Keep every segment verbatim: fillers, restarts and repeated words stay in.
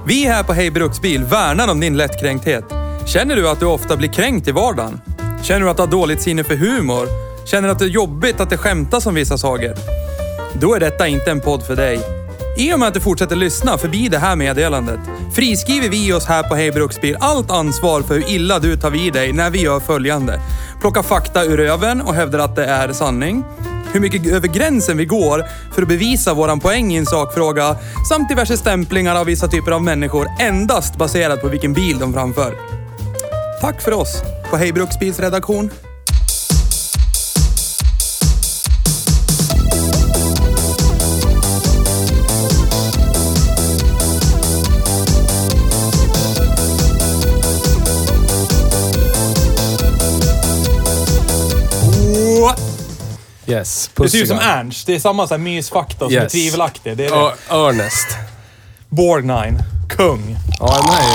Vi här på Hej Bruksbil värnar om din lättkränkthet. Känner du att du ofta blir kränkt i vardagen? Känner du att du har dåligt sinne för humor? Känner du att det är jobbigt att det skämtas om vissa saker? Då är detta inte en podd för dig. I och med att du fortsätter lyssna förbi det här meddelandet friskriver vi oss här på Hej Bruksbil allt ansvar för hur illa du tar vid dig när vi gör följande. Plocka fakta ur röven och hävdar att det är sanning. Hur mycket över gränsen vi går för att bevisa våran poäng i en sakfråga samt diverse stämplingar av vissa typer av människor endast baserat på vilken bil de framför. Tack för oss på Hej Bruksbils redaktion. Yes, det ser ut som Ernst. Det är samma så här mysfaktor som yes. är tvivelaktig. Det är det. Ernest. Borgnine. Kung. Ja, den här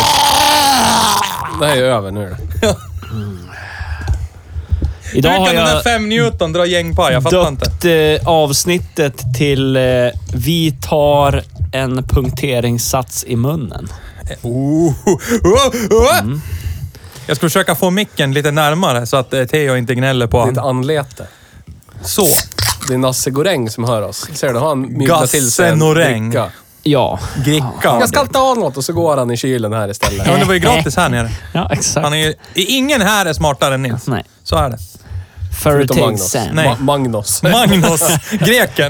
är, den här är över nu. mm. Idag Hur kan har den där fem Newton dra gängpaj? Jag fattar inte. döpt eh, avsnittet till eh, vi tar en punkteringssats i munnen. Oh. Oh. Oh. Mm. Jag ska försöka få micken lite närmare så att eh, Theo inte gnäller på. Det är inte anlete. Så. Det är Nasse Goräng som hör oss. Ser du, han myglar till sig en dricka. Ja. Gricka. Jag ska ta av något och så går han i kylen här istället. Ja, det var ju gratis här nere. Ja, exakt. Han är ju, ingen här är smartare än Nils. Nej. Så är det. Förutom Magnus. Nej. Ma- Magnus. Magnus. Greken.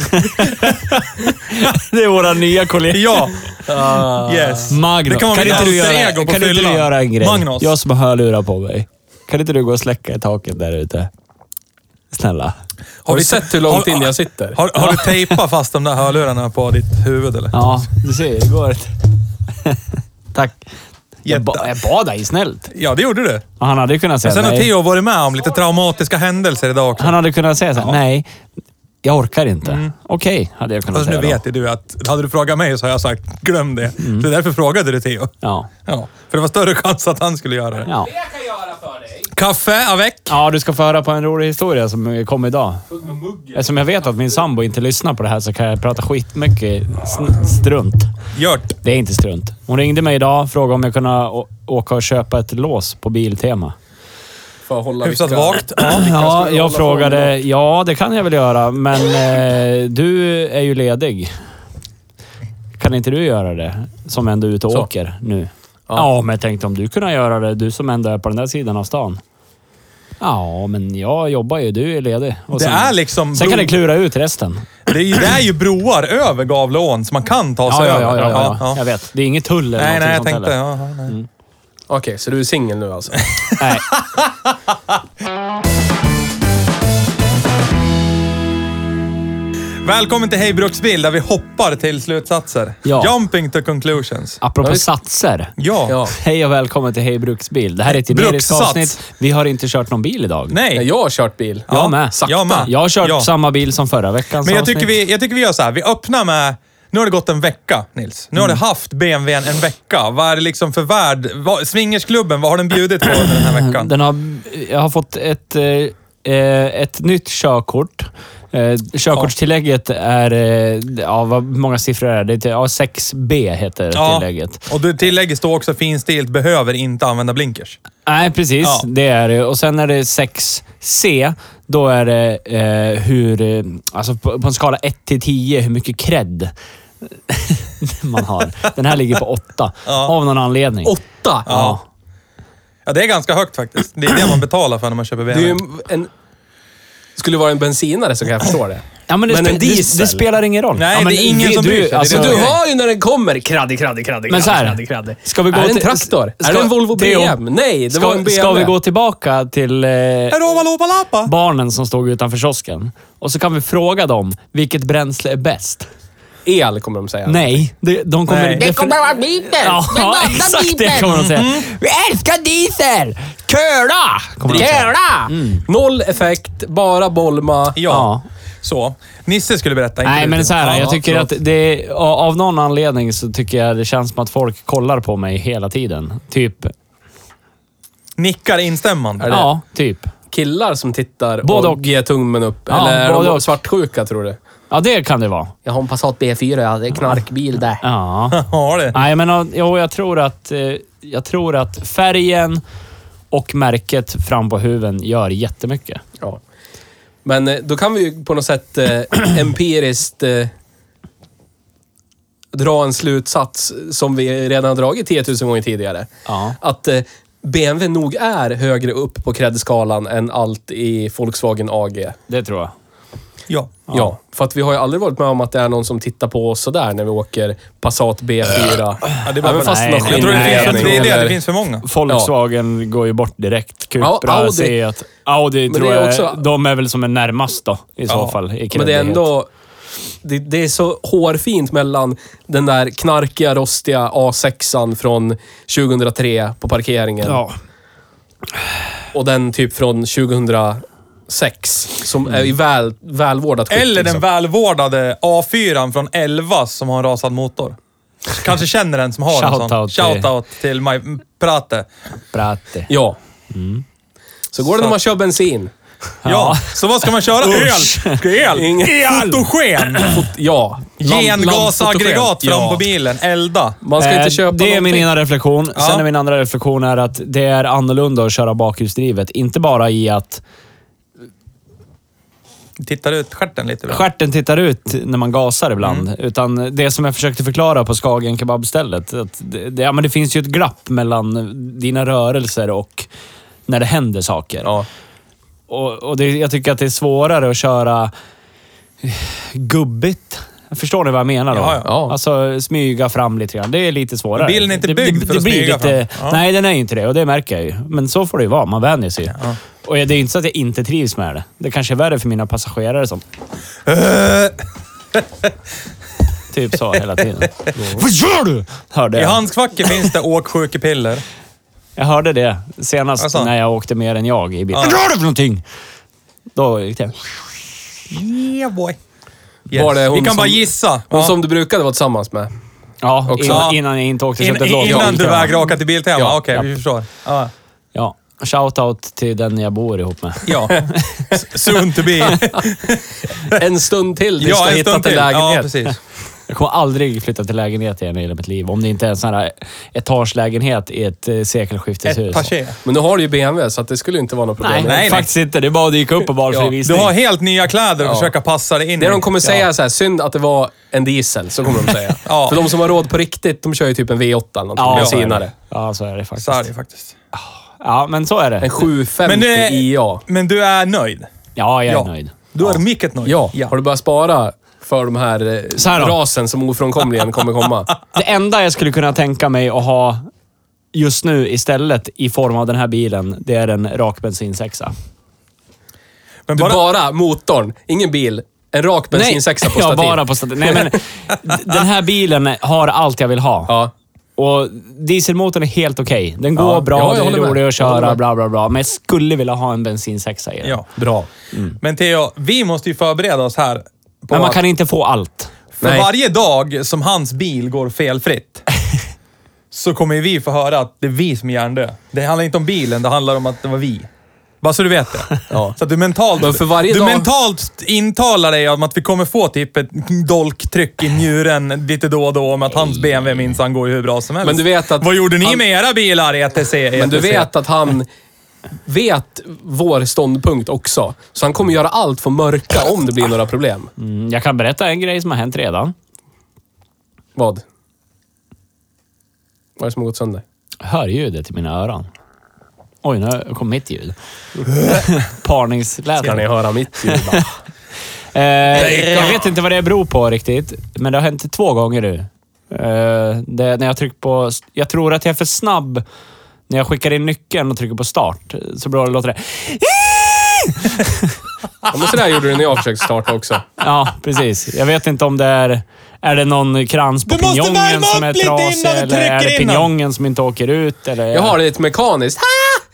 Det är våra nya kollegor. Ja. Uh, yes. Magnus. Det kan man kan inte du göra, ego på kan inte du göra en grej? Magnus. Jag som har hörlurar på mig. Kan inte du gå och släcka i taket där ute? Snälla. Har, har vi sett hur långt har, in jag sitter? Har, har, har du tejpat fast de där hörlurarna på ditt huvud eller? Ja, du ser. Det går inte. Tack. Jag, ba, jag bad dig snällt. Ja, det gjorde du. Och han hade kunnat säga nej. Sen har nej. Theo varit med om lite traumatiska händelser idag också. Han hade kunnat säga så här, ja. nej, jag orkar inte. Mm. Okej, okay, hade jag kunnat Fast säga nu vet då. Du att, hade du frågat mig så har jag sagt, glöm det. Mm. Så därför frågade du Theo. Ja. ja. För det var större chans att han skulle göra det. Ja. Det jag kan göra för dig. Kaffe avec. Ja, du ska få höra på en rolig historia som kom idag. Eftersom jag vet att min sambo inte lyssnar på det här så kan jag prata skitmycket strunt. Gjort. Det är inte strunt. Hon ringde mig idag, frågade om jag kunde å- åka och köpa ett lås på Biltema. För att hålla Hyfsat vilka... vagt. Ja, ja jag frågade, ja det kan jag väl göra, men eh, du är ju ledig. Kan inte du göra det? Som ändå är ute och så. åker nu. Ja. ja, men jag tänkte om du kunde göra det, du som ändå är på den där sidan av stan. Ja, men jag jobbar ju, du är ledig. Och det sen, är liksom... Sen kan det klura ut resten. Det är, ju, det är ju broar över Gavleån så man kan ta sig ja, över. Ja, ja, ja, ja. Jag vet. Det är inget tull eller nej, nej, jag sånt tänkte, heller. ja, nej. Mm. Okej, okay, så du är singel nu alltså? Nej. Välkommen till Hej Bruksbil där vi hoppar till slutsatser. Ja. Jumping to conclusions. Apropå ja, satser. Ja. ja. Hej och välkommen till Hej Bruksbil. Det här är ett generiskt avsnitt. Vi har inte kört någon bil idag. Nej. Nej jag har kört bil. Jag ja, med. Sakta. Jag med. Jag har kört ja. samma bil som förra veckans Men jag avsnitt. tycker, vi, jag tycker vi gör så här. Vi öppnar med... Nu har det gått en vecka, Nils. Nu mm. har det haft B M W:n en vecka. Vad är det liksom för värld? Vad, Swingersklubben, vad har den bjudit på den här veckan? Den har, jag har fått ett, eh, ett nytt körkort. Eh, körkortstillägget är... Eh, ja, vad många siffror är det? Ja, sex B heter ja. tillägget. Och det tillägget står också finstilt behöver inte använda blinkers. Nej, precis. Ja. Det är det. Och sen är det sex C. Då är det eh, hur... Alltså på, på en skala ett till tio, hur mycket cred man har. Den här ligger på åtta. Ja. Av någon anledning. Åtta? Ja. ja. Ja, det är ganska högt faktiskt. Det är det man betalar för när man köper B M W. Det är en... Skulle det vara en bensinare så kan jag förstå det. Ja, men det, men spe, en diesel. Det, det spelar ingen roll. Nej, ja, men det är ingen vi, som du, bryr sig. alltså, du hör ju när den kommer. Kraddy, kraddy, kraddy, men så här, kraddy, kraddy. Ska vi gå är det en till, traktor? Ska, är det en Volvo B M? Nej, det ska, var en B M W. Ska vi gå tillbaka till eh, barnen som stod utanför kiosken? Och så kan vi fråga dem, vilket bränsle är bäst? El kommer de säga. Nej, de, de kommer... Nej. Det kommer vara bilen! Ja, exakt det kommer de säga. Mm. Vi älskar diesel! Köla! Köla! Mm. Noll effekt, bara bolma. Ja. ja. Så. Nisse skulle berätta. Nej, men så här, ja, jag tycker förlåt. att det... Av någon anledning så tycker jag det känns som att folk kollar på mig hela tiden. Typ... Nickar instämmande. Ja, typ. Killar som tittar både och, och ger tummen upp. Ja, eller är de och. svartsjuka, tror du? Ja, det kan det vara. Jag har en Passat B fyra, ja. Det är knarkbil där. Ja. Ja, det. Nej, men jo, jag tror att eh, jag tror att färgen och märket fram på huven gör jättemycket. Ja. Men eh, då kan vi ju på något sätt eh, empiriskt eh, dra en slutsats som vi redan har dragit tio tusen gånger tidigare. Ja. Att eh, B M W nog är högre upp på cred-skalan än allt i Volkswagen A G. Det tror jag. Ja. Ja. ja, för att vi har ju aldrig varit med om att det är någon som tittar på oss sådär när vi åker Passat B fyra. Ja, det är bara Även fast nej, det nej, Jag tror det nej, finns, nej, det, är det, eller- det finns för många. Volkswagen går ju bort direkt. Ja, Cupra, Audi. Seat. Audi Men tror det är jag, också- de är väl som är närmast då, i så Ja. fall. I Men det är kreddighet. ändå... Det, det är så hårfint mellan den där knarkiga, rostiga A sexan från tjugohundratre på parkeringen Ja. och den typ från tjugohundrasex som är i väl, välvårdat skick. Eller den liksom. välvårdade A fyra från elva som har en rasad motor. Kanske känner den som har en sån. Shoutout till- Shoutout till Maj Prate. Bratte. Ja. Så går det när man kör bensin. Ja. Så vad ska man köra? El! El! Ingen- Fotogen! Ja. Lamp- Gengasaggregat lampfotogen. fram Ja. på bilen. Elda. Man ska Eh, inte köpa det är min någonting. ena reflektion. Ja. Sen är min andra reflektion är att det är annorlunda att köra bakhjulsdrivet. Inte bara i att Tittar ut stjärten lite. Bra. stjärten tittar ut när man gasar ibland. Mm. Utan det som jag försökte förklara på Skagen kebabstället. Att det, det, ja, men det finns ju ett glapp mellan dina rörelser och när det händer saker. Ja. Och, och det, jag tycker att det är svårare att köra gubbigt. Förstår ni vad jag menar då? Ja, ja. Ja. Alltså smyga fram lite grann. Det är lite svårare. Bilen är inte Det- byggd det, för det att blir smyga lite, fram. Ja. Nej, den är ju inte det och det märker jag ju. Men så får det ju vara. Man vänjer sig. Ja. Och det är inte så att jag inte trivs med det. Det kanske är värre för mina passagerare som... Typ så hela tiden. Vad gör du? Hörde I jag. handskfacket finns det åksjukepiller. Jag hörde det senast Alltså. när jag åkte mer än jag i bilen. Ja. Vad gör du för någonting? Då gick det. Yeah boy. Yes. Var det hon Vi kan som- bara gissa. Hon Ja. som du brukade vara tillsammans med. Ja, Också. innan, innan jag inte åkte och In, köpte ett lås. innan du Ja. vägrar åka till Biltema? Ja. Okej, vi förstår. Ja. Ja. Shoutout till den jag bor ihop med. Ja. Soon to be. En stund till tills Ja, du en har hittat stund en till. Ja, lägenhet. precis. Jag kommer aldrig flytta till lägenhet igen i hela mitt liv. Om det inte är en sån här etagelägenhet i ett eh, sekelskifteshus. Ett paché. Men nu har du ju B M W så att det skulle inte vara något problem. Nej, med det. nej. faktiskt inte. Det är bara att dyka upp på valfri Ja, visning. Du har helt nya kläder och Ja. försöka passa dig in Det i. de kommer säga Ja. så här, synd att det var en diesel, så kommer de säga. Ja. För de som har råd på riktigt, de kör ju typ en V åtta eller något, Ja, bensinare. Ja, så är det faktiskt. Så är det faktiskt. Ja, men så är det. En sju femtio Men, det, I A. men du är nöjd? Ja, jag är Ja. nöjd. Du är mycket nöjd? Ja. Har du börjat spara för de här, eh, Så här då. rasen som ofrånkomligen kommer komma? Det enda jag skulle kunna tänka mig att ha just nu istället i form av den här bilen, det är en rak bensinsexa. Men Du bara, bara motorn, ingen bil. En rak bensinsexa på ja, stativ. bara på stativ. Nej, men d- den här bilen har allt jag vill ha. Ja. Och dieselmotorn är helt okej. Den går Ja, bra, ja, jag den är håller med. rolig att Jag håller köra, med. bla bla bla. Men jag skulle vilja ha en bensinsexa i den. ja. Bra. Men Theo, vi måste ju förbereda oss här. På Men man att kan inte få allt. för Nej. varje dag som hans bil går felfritt så kommer ju vi få höra att det är vi som är hjärndö. Det handlar inte om bilen, det handlar om att det var vi. Bara så du vet det. Ja. Så att du mentalt, Men för varje du dag- mentalt intalar dig om att vi kommer få typ ett dolktryck i njuren lite då och då om att hans B M W minsann går ju hur bra som helst. Men du vet att Vad gjorde ni han- med era bilar, E T C? Men du E T C? vet att han vet vår ståndpunkt också. Så han kommer göra allt för att mörka om det blir några problem. Mm, jag kan berätta en grej som har hänt redan. Vad? Vad är det som har gått sönder? Hör ljudet i mina öron. Oj, nu kom mitt ljud. Parningsläten. Ska ni höra mitt ljud då? Eh, jag vet inte vad det beror på riktigt, men det har hänt två gånger nu. Eh, det, när jag trycker på... Jag tror att jag är för snabb när jag skickar in nyckeln och trycker på start. Så bra det låter det. Ja, men så där gjorde du när jag försökte starta också. Ja, precis. Jag vet inte om det är... Är det någon krans på Du måste pinjongen värma som är upp lite trasig? innan du Eller är det trycker innan. pinjongen som inte åker ut? Eller, Jag har det lite mekaniskt.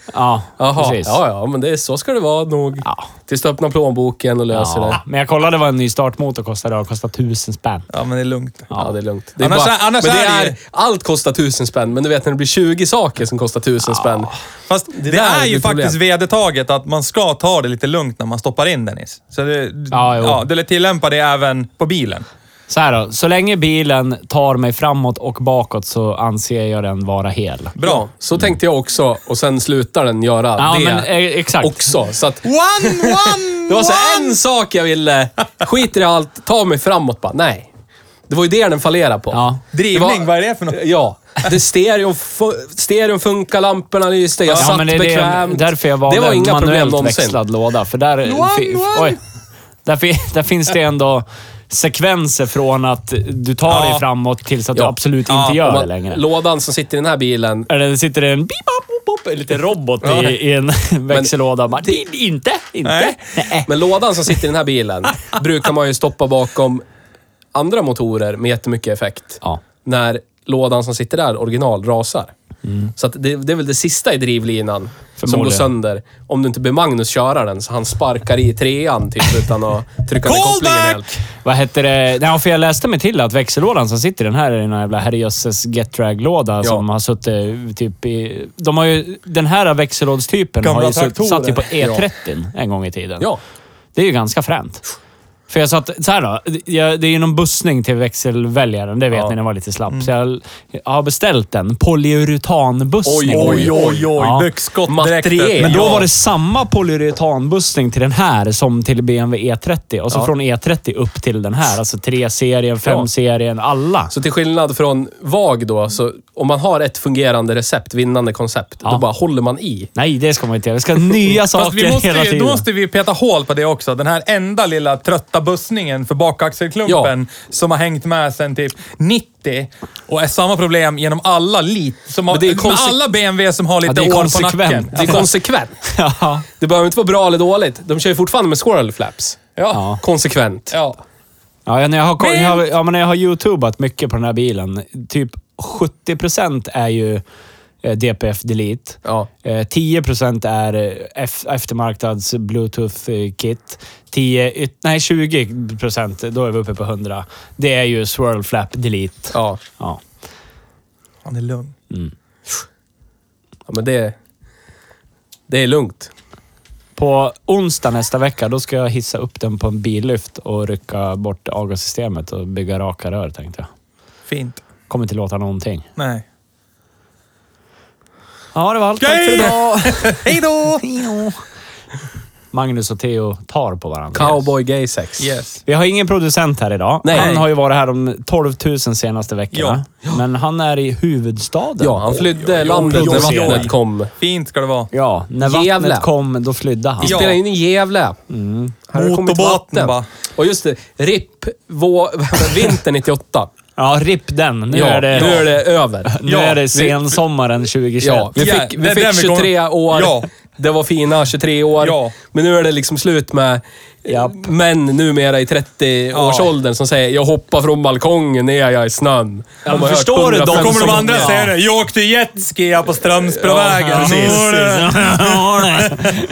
Ja, Jaha, precis. ja, ja, men det är, så ska det vara nog. Ja. Tills du öppnar plånboken och löser Ja, det. men jag kollade vad en ny startmotor kostade. Det kostar tusen spänn. Ja, men det är lugnt. Ja, det är lugnt. Det är Annars bara, är- annars men det är det är, ju- allt kostar tusen spänn, men du vet när det blir tjugo saker som kostar tusen spänn. Fast det, där är är ju ett problem. faktiskt vedertaget att man ska ta det lite lugnt när man stoppar in den i. Så det, Ja, jo. ja, du tillämpar det även på bilen. Så här då, så länge bilen tar mig framåt och bakåt så anser jag den vara hel. Bra. Ja, så tänkte jag också och sen slutar den göra Ja, det men eh, exakt. också. Så att, One, one, det var så one! en sak jag ville, skiter i allt, ta mig framåt bara. Nej. Det var ju det den fallerade på. Ja. Drivning, Det var- vad är det för något? Ja. Det stereon, fu- stereon funkar, lamporna lyste, jag Ja, satt men det är bekvämt. det, därför jag valde det var inga en problem manuellt någonsin. växlad låda. För där, One, fi, one. oj, där, fi, där finns det ändå sekvenser från att du tar Ja. dig framåt tills att Ja. du absolut Ja, inte gör Och det man- längre. Lådan som sitter i den här bilen, Eller det sitter en bip, bop, bop, en liten robot i, i en växellåda. Bara, "Det- inte, inte. Nej. Nej. men lådan som sitter i den här bilen brukar man ju stoppa bakom andra motorer med jättemycket effekt. Ja. När lådan som sitter där, original, rasar. Så att det, det är väl det sista i drivlinan som går Förmodligen. sönder. Om du inte ber Magnus köra den så han sparkar i trean typ utan att trycka ner kopplingen Callback! helt. Vad heter det? Nej, för jag läste mig till att växellådan som sitter i den här är en jävla herrejösses Get-Drag-låda som har suttit typ i... De har ju... Den här växellådstypen Gamla har ju sutt, traktorer. satt ju på E trettio en gång i tiden. Ja. Det är ju ganska fränt. För jag satt... Så här då. Jag, det är ju någon bussning till växelväljaren. Det vet Ja. ni, den var lite slapp. Så jag, jag har beställt en polyuretanbussning. Oj, Oj, oj, oj. Ja. Byxskott direkt. Materiel. Men då Ja. var det samma polyuretanbussning till den här som till B M W E trettio. Och så Ja. från E trettio upp till den här. Alltså tre-serien, fem-serien, alla. Så till skillnad från V A G då, så om man har ett fungerande recept, vinnande koncept, Ja. då bara håller man i. Nej, det ska man inte göra. Vi ska ha nya Fast saker vi måste, hela ju- tiden. då måste vi peta hål på det också. Den här enda lilla trötta bussningen för bakaxelklumpen som har hängt med sedan typ nittio och är samma problem genom alla lit. Som har, Men det är med konse- alla B M W som har lite Ja, det är år på konsekvent. nacken. Det är konsekvent. Ja. Det behöver inte vara bra eller dåligt. De kör ju fortfarande med squirrel flaps. Ja. Konsekvent. Ja. Ja, när jag har, Men- jag har, ja, men när jag har youtubat mycket på den här bilen, typ sjuttio procent är ju eh, D P F Delete. Ja. Eh, tio procent är eh, F- eftermarknads Bluetooth-kit. tio, yt- nej, tjugo procent, då är vi uppe på hundra. Det är ju Swirl Flap Delete. Ja. Ja. Han är lugn. Ja, men det... Det är lugnt. På onsdag nästa vecka, då ska jag hissa upp den på en billyft och rycka bort avgassystemet och bygga raka rör, tänkte jag. Fint. Kommer inte låta någonting. Nej. Ja, det var allt. Tack för Okej. idag. Hej då! Magnus och Theo tar på varandra. Cowboy gay sex. Yes. Vi har ingen producent här idag. Nej. Han har ju varit här de tolv tusen senaste veckorna. Men han är i huvudstaden. Ja, han flydde oj, landet oj, när oj, oj. vattnet kom. Fint ska det vara. Ja, när vattnet Gävle. kom, då flydde han. Vi Ja. spelar in i Gävle. Här har det kommit Motorbåten vatten. bara. Och just det, R I P vå, vinter nittioåtta. Ja, ripp den. Nu ja, är det, nu är det över. nu Ja, är det vi- sensommaren tjugohundratjugoett. Ja, vi Ja, fick, det vi är fick den vi kommer- tjugotre år. Ja. Det var fina tjugotre år. Ja. Men nu är det liksom slut med Japp. män numera i trettio-årsåldern som säger jag hoppar från balkongen ner jag i snön. Ja, De har hört förstår du, de hundrafemtio Då kommer de andra gånger. säga det. Jag åkte jetski på Strömsbrovägen. Ja, precis, Ja,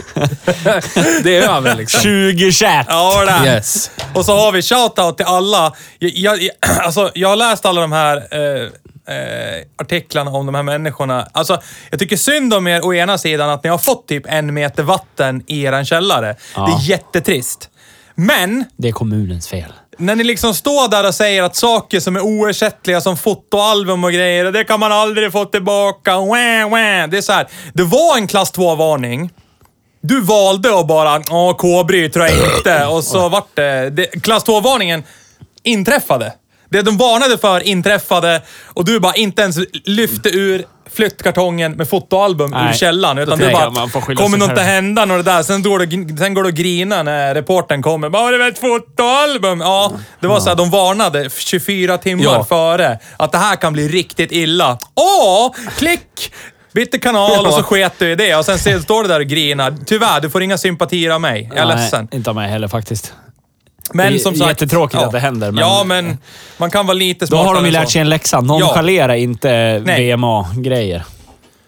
Det är över liksom. tjugo-tjugoett. Ja, det. Yes. Och så har vi shoutout till alla. Jag, jag, alltså, jag har läst alla de här eh, eh, artiklarna om de här människorna. Alltså, jag tycker synd om er å ena sidan att ni har fått typ en meter vatten i eran källare. Ja. Det är jättetrist. Men Det är kommunens fel. när ni liksom står där och säger att saker som är oersättliga som fotoalbum och grejer, och det kan man aldrig få tillbaka. Wah, wah. Det är så här. Det var en klass två-varning. Du valde att bara, ja, K-bry tror jag inte. Och så vart det, det klass två-varningen inträffade. Det de varnade för inträffade och du bara inte ens lyfte ur flyttkartongen med fotoalbum ur Nej, källan. Utan då du tänker jag, man får bara, skylla kommer sig nog inte själv. hända något där. Sen går, du, sen går du och grina när reportern kommer. Bara, det var ett fotoalbum. Ja, det var så här, de varnade tjugofyra timmar Ja. före att det här kan bli riktigt illa. Åh, klick! Bytte kanal och så sket du i det. Och sen ser- står du där och grinar. Tyvärr, du får inga sympatier av mig. Jag är Nej, ledsen. inte av mig heller faktiskt. Men Det är som sagt... jättetråkigt att det händer, men- Ja, men man kan vara lite Då smartare har de ju än lärt så. sig en läxa. Nonchalera inte Nej. V M A-grejer.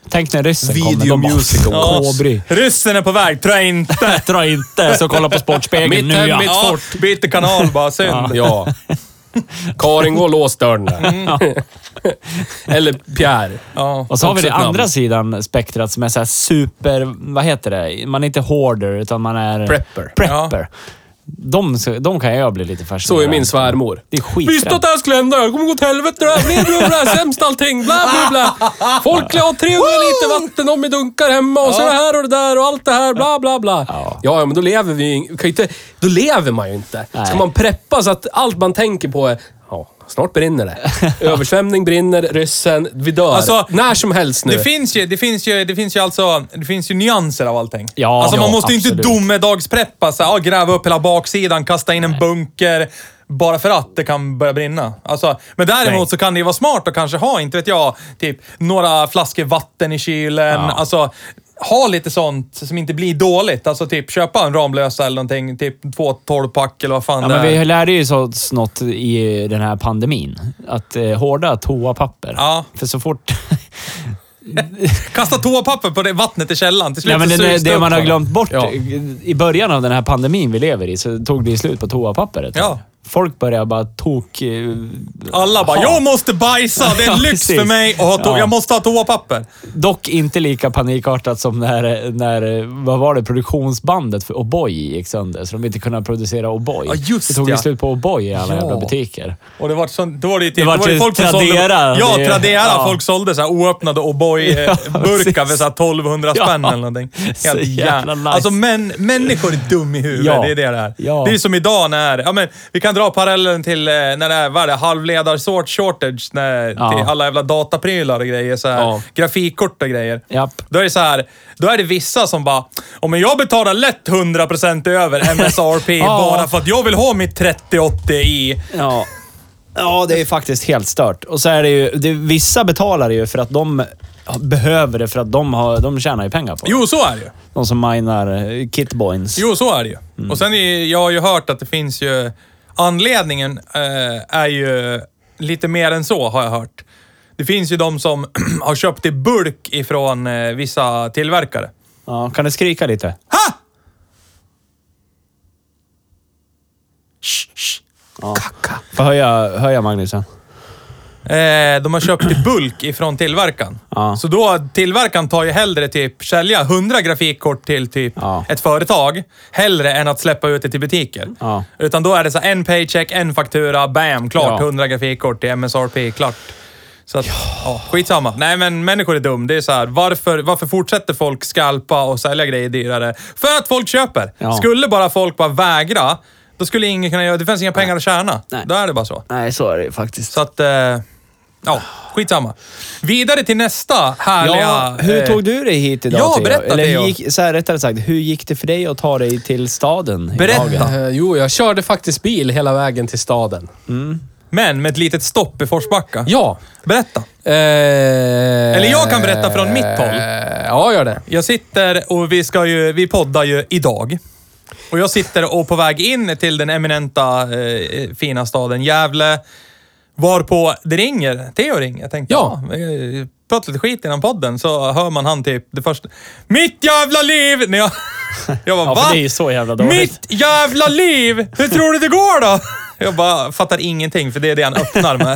Tänk när ryssen kommer. Video De bara, musical. "Åh, Kåbry." Ryssen är på väg, tror jag inte. Tror inte. Så kolla på Sportspegeln Mitt nu. hem, Ja. mitt Ja, fort. byter kanal bara, synd. Ja. Karin går och lås dörren där. Eller Pierre. Ja. Och så har vi Också det ett namn. andra sidan spektrat som är så här super... Vad heter det? Man är inte hoarder, utan man är... Prepper. Prepper. De, de kan jag bli lite fascinerad. Så är min svärmor. Det är skit. Visste att det här skulle hända. Jag kommer gå till helvete. Det här blir bla, bla, sämst allting. Bla, bla, bla. Folk har trehundra liter vatten om i dunkar hemma och så det här och det där och allt det här. Bla, bla, bla. Ja, ja men då lever vi ju... Kan ju inte, då lever man ju inte. Nej. Ska man preppa så att allt man tänker på är... Ja, snart brinner det. Översvämning brinner, ryssen, vi dör. Alltså, när som helst nu. Det finns ju, det finns ju, det finns ju alltså, det finns ju nyanser av allting. Ja, alltså man ja, måste ju inte absolut. domedagspreppa så här, ja, gräva upp hela baksidan, kasta in en bunker bara för att det kan börja brinna. Alltså, men däremot Nej. så kan det ju vara smart att kanske ha, inte vet jag, typ några flaskor vatten i kylen. Ja. Alltså, ha lite sånt som inte blir dåligt. Alltså typ köpa en Ramlösa eller någonting, typ två tolv-pack eller vad fan Ja, det men är. vi lärde ju så något i den här pandemin. Att eh, hårda toapapper. Ja. För så fort... Kasta toapapper på det vattnet i källaren. Till slut Nej, men så det, sugs det upp man har bara. glömt bort Ja. i början av den här pandemin vi lever i, så tog det ju slut på toapappret. Ja. Folk började bara tok... eh, Alla bara, ha. jag måste bajsa, det är en Ja, lyx precis. för mig och ha to- Ja. jag måste ha toapapper. Dock inte lika panikartat som när, när vad var det, produktionsbandet för O'boy gick sönder. Så de inte kunde producera O'boy. Ja, just det tog ja. ju slut på O'boy i alla Ja. jävla butiker. Och det var sån, då var det ju typ, Det var då var det till folk som Tradera. sålde... Ja, Det- Tradera. ja. Folk sålde så här oöppnade O'boy-burkar precis. för så här tolvhundra Ja. spänn eller någonting. Så Helt jävla jävla nice. Alltså män, människor är dum i huvudet, Ja. det är det det är. Ja. Det är som idag när... Ja, men, vi kan dra parallellen till eh, när det är, vad är det, halvledar-sort shortage, när, Ja. till alla jävla dataprylar och grejer, så här, Ja. grafikkort och grejer. Japp. Då är det så här, då är det vissa som bara, om men jag betalar lätt hundra procent över M S R P Ja. bara för att jag vill ha mitt trettio åttio i. Ja. Ja, det är faktiskt helt stört. Och så är det ju... Det, vissa betalar ju för att de behöver det, för att de, har, de tjänar ju pengar på det. Jo, så är det ju. De som minar eh, kitboins. Jo, så är det ju. Och sen är, jag har ju hört att det finns ju... Anledningen eh, är ju lite mer än så, har jag hört. Det finns ju de som har köpt i bulk ifrån eh, vissa tillverkare. Ja, kan du skrika lite? Ha! Ja. Får höja, höja Magnusen. Eh, de har köpt i bulk ifrån tillverkaren. Ja. Så då, tillverkaren tar ju hellre typ sälja hundra grafikkort till typ Ja. ett företag, hellre än att släppa ut det till butiker. Ja. Utan då är det så här, en paycheck, en faktura, bam, klart. Ja. hundra grafikkort till M S R P, klart. Så att, ja, skitsamma. Nej, men människor är dum. Det är så här, varför, varför fortsätter folk skalpa och sälja grejer dyrare? För att folk köper. Ja. Skulle bara folk bara vägra, då skulle ingen kunna göra det. finns inga pengar att tjäna. Nej. Då är det bara så. Nej, så är det ju faktiskt. Så att, eh, ja, skitsamma. Vidare till nästa härliga... Ja, hur eh, tog du dig hit idag, ja, Theo? berätta, Eller hur Theo. gick, så här, rättare sagt, hur gick det för dig att ta dig till staden? i Berätta. dagen? Eh, jo, jag körde faktiskt bil hela vägen till staden. Men med ett litet stopp i Forsbacka. Ja. Berätta. Eh, Eller jag kan berätta från mitt håll. Ja, gör det. Jag sitter och vi ska ju, vi poddar ju idag. Och jag sitter och på väg in till den eminenta eh, fina staden Gävle. Varpå det ringer. Theo ringer. Jag tänkte, Ja. ja, vi pratar lite skit innan podden. Så hör man han typ det första. Mitt jävla liv! När jag, jag bara, Ja, va? för det är ju så jävla dåligt. Mitt jävla liv! Hur tror du det går då? Jag bara fattar ingenting, för det är det han öppnar med.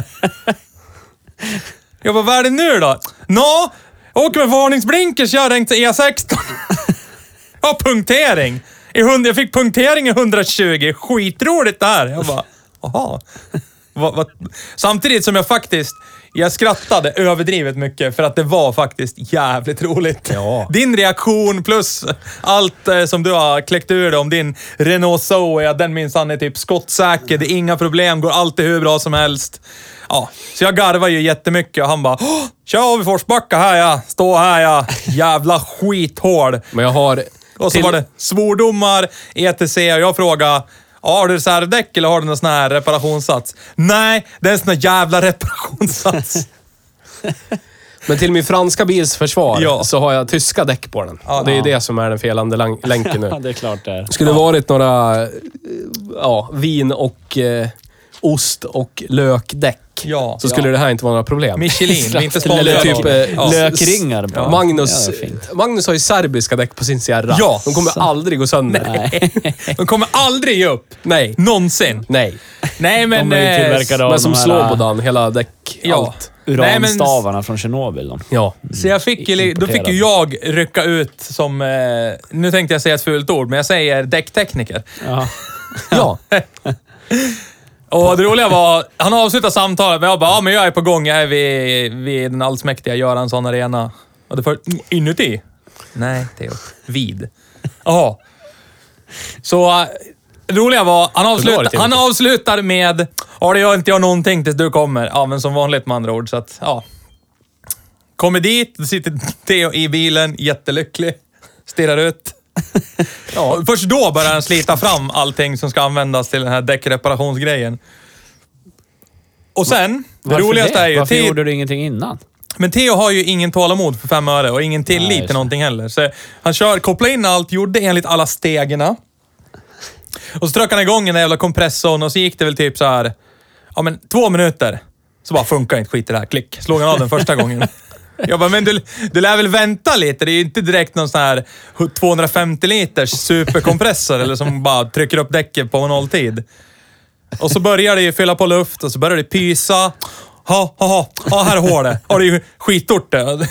Jag bara, vad är det nu då? Nå, jag åker med varningsblinkers, jag har ringt till E sexton. Jag har punktering. I hund- jag fick punktering i hundratjugo. Skitroligt det här. Jag bara, jaha. Va, va? Samtidigt som jag faktiskt, jag skrattade överdrivet mycket för att det var faktiskt jävligt roligt. Ja. Din reaktion plus allt eh, som du har kläckt ur dig om din Renault Zoe, den minsann är typ skottsäker, det är inga problem, går alltid hur bra som helst. Ja, så jag garvar ju jättemycket och han bara, kör vi Forsbacka här ja, stå här ja, jävla skithård. Men jag har... Och så till- var det svordomar, E T C och jag frågade, ja, har du reservdäck eller har du någon sån här reparationssats? Nej, det är en sån här jävla reparationssats. Men till min franska bils försvar Ja. så har jag tyska däck på den. Ja. det är det som är den felande lang- länken Ja, nu. det är klart det är. Skulle varit några eh, ja, vin och eh, ost och lökdäck. Ja. så skulle ja. det här inte vara några problem. Michelin, vi är inte Eller sponsrade typ av- eh, ja. Lökringar bara. Magnus, Ja, det är fint. Magnus har ju serbiska däck på sin Sierra. Ja. De kommer aldrig gå sönder. Nej. De kommer aldrig ge upp. Nej. Någonsin. Nej. Nej, men... De är ju eh, tillverkade av Men som de här Slobodan, hela däck, Ja. allt. Nej, men- uranstavarna från Tjernobyl. De. Ja. Så jag fick ju, li- då fick ju jag rycka ut som... Eh, nu tänkte jag säga ett fult ord, men jag säger däcktekniker. Ja. Ja. Och det roliga var, han avslutade samtalet med jag bara, ja men jag är på gång, jag är vid, vid den allsmäktiga Göransson Arena. Och det för inuti? Nej, Theo. Vid. Jaha. Så äh, det roliga var, han, Så avslut, var det till han det. avslutar med, ja det gör inte jag någonting tills du kommer. Ja men som vanligt med andra ord, så att ja. Kommer dit, då sitter Theo i bilen, jättelycklig. Stirrar ut. Ja, först då börjar han slita fram allting som ska användas till den här däckreparationsgrejen. Och sen, det Varför roligaste det? är ju... Varför Theo, gjorde du ingenting innan? men Theo har ju ingen tålamod för fem öre och ingen tillit Nej, just till det. någonting heller. Så han kör, kopplade in allt, gjorde enligt alla stegerna. Och så tryckte han igång den där jävla kompressorn och så gick det väl typ så här, ja men två minuter. Så bara funkar inte skit i det här. Klick. Slog han av den första gången. Jag bara, men du, du lär väl vänta lite? Det är ju inte direkt någon sån här tvåhundrafemtio liters superkompressor eller som bara trycker upp däcket på nolltid. Och så börjar det ju fylla på luft och så börjar det pysa. Ha, ha, ha. Ja, här har det. Ja, det är ju skitort det.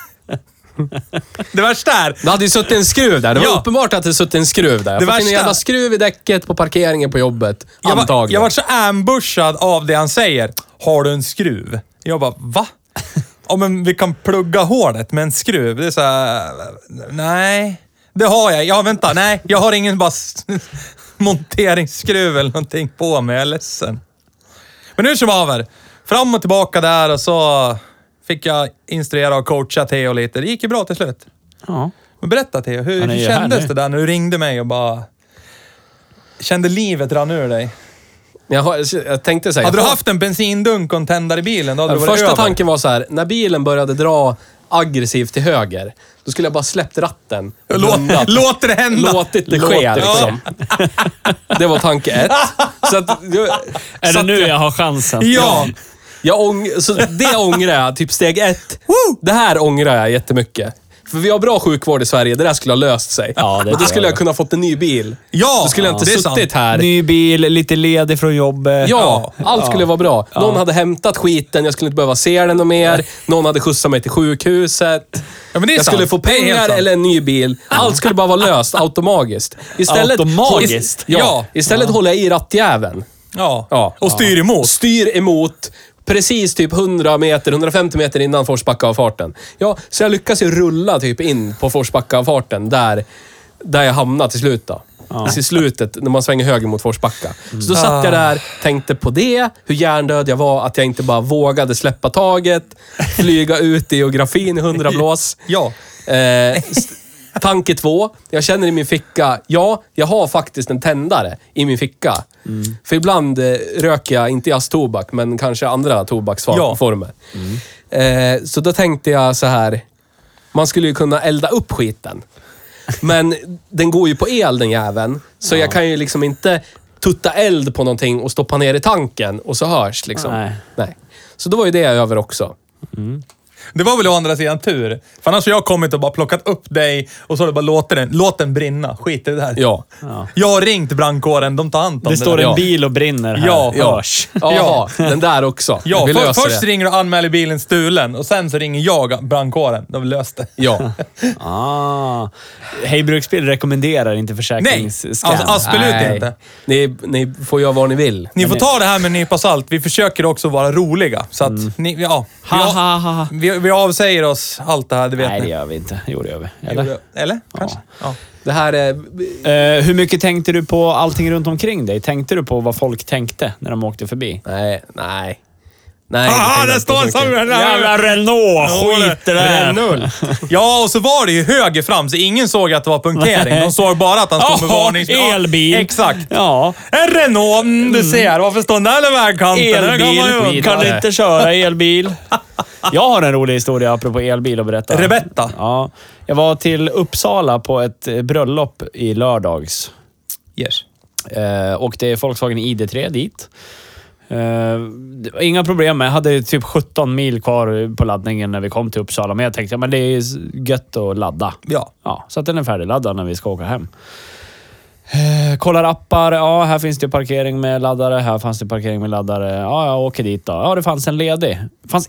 Det värsta är... Det hade ju suttit en skruv där. Det var Ja. uppenbart att det suttit en skruv där. Jag Det fick en värsta- jävla skruv i däcket på parkeringen på jobbet. Jag var, Antagligen. jag var så ambushad av det han säger. Har du en skruv? Jag bara, va? Ja, men vi kan plugga hålet med en skruv. Det är så här, nej. Det har jag. Ja, vänta. Nej, jag har ingen bara s- monteringsskruv eller någonting på mig. Jag är ledsen. Men nu som haver. Fram och tillbaka där och så fick jag instruera och coacha Theo lite. Det gick ju bra till slut. Ja. Men berätta Theo, hur, Han är hur ju här kändes nu. det där när du ringde mig och bara... Kände livet rann ur dig? Jag, har, jag tänkte säga... Hade du haft en bensindunk och en tändare i bilen, då hade Den det varit första över. tanken var så här, när bilen började dra aggressivt till höger, då skulle jag bara släppt ratten och Låt, blundat. låter det hända. Låtit det Låt ske det liksom. Det var tanke ett. Så att, jag, Är så det att nu jag, jag har chansen? Ja. jag ång, så det ångrar jag, typ steg ett. Det här ångrar jag jättemycket. För vi har bra sjukvård i Sverige, det där skulle ha löst sig. Ja, det och tror då skulle jag. jag kunna fått en ny bil. Ja, Då skulle jag inte det är suttit sant. här. Ny bil, lite ledig från jobbet. Ja, allt skulle vara bra. Någon hade hämtat skiten, jag skulle inte behöva se den och mer. Någon hade skjutsat mig till sjukhuset. Ja, men det är jag sant. skulle få Det är helt pengar sant. eller en ny bil. Allt skulle bara vara löst automagiskt. Istället, Automagiskt? Ja, Ja. istället håller jag i rattjäveln. Ja. Ja. Och styr emot. Styr emot. Precis typ hundra meter, hundrafemtio meter innan Forsbackaavfarten. Ja, så jag lyckas ju rulla typ in på Forsbackaavfarten där, där jag hamnade till slut då. Till slutet, när man svänger höger mot Forsbacka. Så då satt jag där, tänkte på det, hur hjärndöd jag var, att jag inte bara vågade släppa taget, flyga ut i geografin i hundra blås. Ja. Eh, s- tanke två. Jag känner i min ficka, ja, jag har faktiskt en tändare i min ficka. Mm. För ibland eh, röker jag, inte jazztobak, men kanske andra tobaksformer. Mm. Eh, så då tänkte jag så här, man skulle ju kunna elda upp skiten. Men den går ju på el den jäveln. Så jag kan ju liksom inte tutta eld på någonting och stoppa ner i tanken och så hörs liksom. Nej. Nej. Så då var ju det över också. Det var väl å andra sidan tur. För annars har jag kommit och bara plockat upp dig och så har det bara låter den, låt den brinna. Skit i det där. Ja. Jag har ringt brandkåren, de tar hand om Det står där. en Ja. bil och brinner här. Ja. Hörs. Jaha, den där också. Ja, vi för, löser först det. ringer du och anmäler bilen stulen och sen så ringer jag brandkåren. Då har vi löst det. Ja. Ah. Hej Bruksbil rekommenderar inte Nej, försäkringsscam. alltså absolut Nej. inte. Ni, ni får göra vad ni vill. Ni får ta det här med en nypa salt. Vi försöker också vara roliga. Så att ni, ja. Ha, Vi, ha, ha, ha. vi, vi avsäger oss allt det här, det vet Nej, det ni. gör vi inte. Jo, det gör vi. Eller? Eller? Kanske? Ja. Det här är... Eh, hur mycket tänkte du på allting runt omkring dig? Tänkte du på vad folk tänkte när de åkte förbi? Nej, nej. Nej. Ah, det där står en så som mycket. Jävla Renault! Skit i det där! Renault. Ja, och så var det ju höger fram, så ingen såg att det var punktering. De såg bara att han stod med Jaha, varnings... elbil. Exakt. Ja, En Renault, mm, du ser. Varför står den där vid vägkanten? Den kan man ju elbil. undra. Kan du inte köra elbil? Jag har en rolig historia apropå elbil att berätta. Rebetta. Ja. Jag var till Uppsala på ett eh, bröllop i lördags. Yes. Eh, och det är Volkswagen I D tre dit. Uh, inga problem med. Jag hade typ sjutton mil kvar på laddningen när vi kom till Uppsala. Men jag tänkte, ja, men det är gött att ladda. Ja. Ja, så att den är färdigladdad när vi ska åka hem. Uh, kollar appar. Ja, här finns det parkering med laddare. Här fanns det parkering med laddare. Ja, jag åker dit då. Ja, det fanns en ledig. Det fanns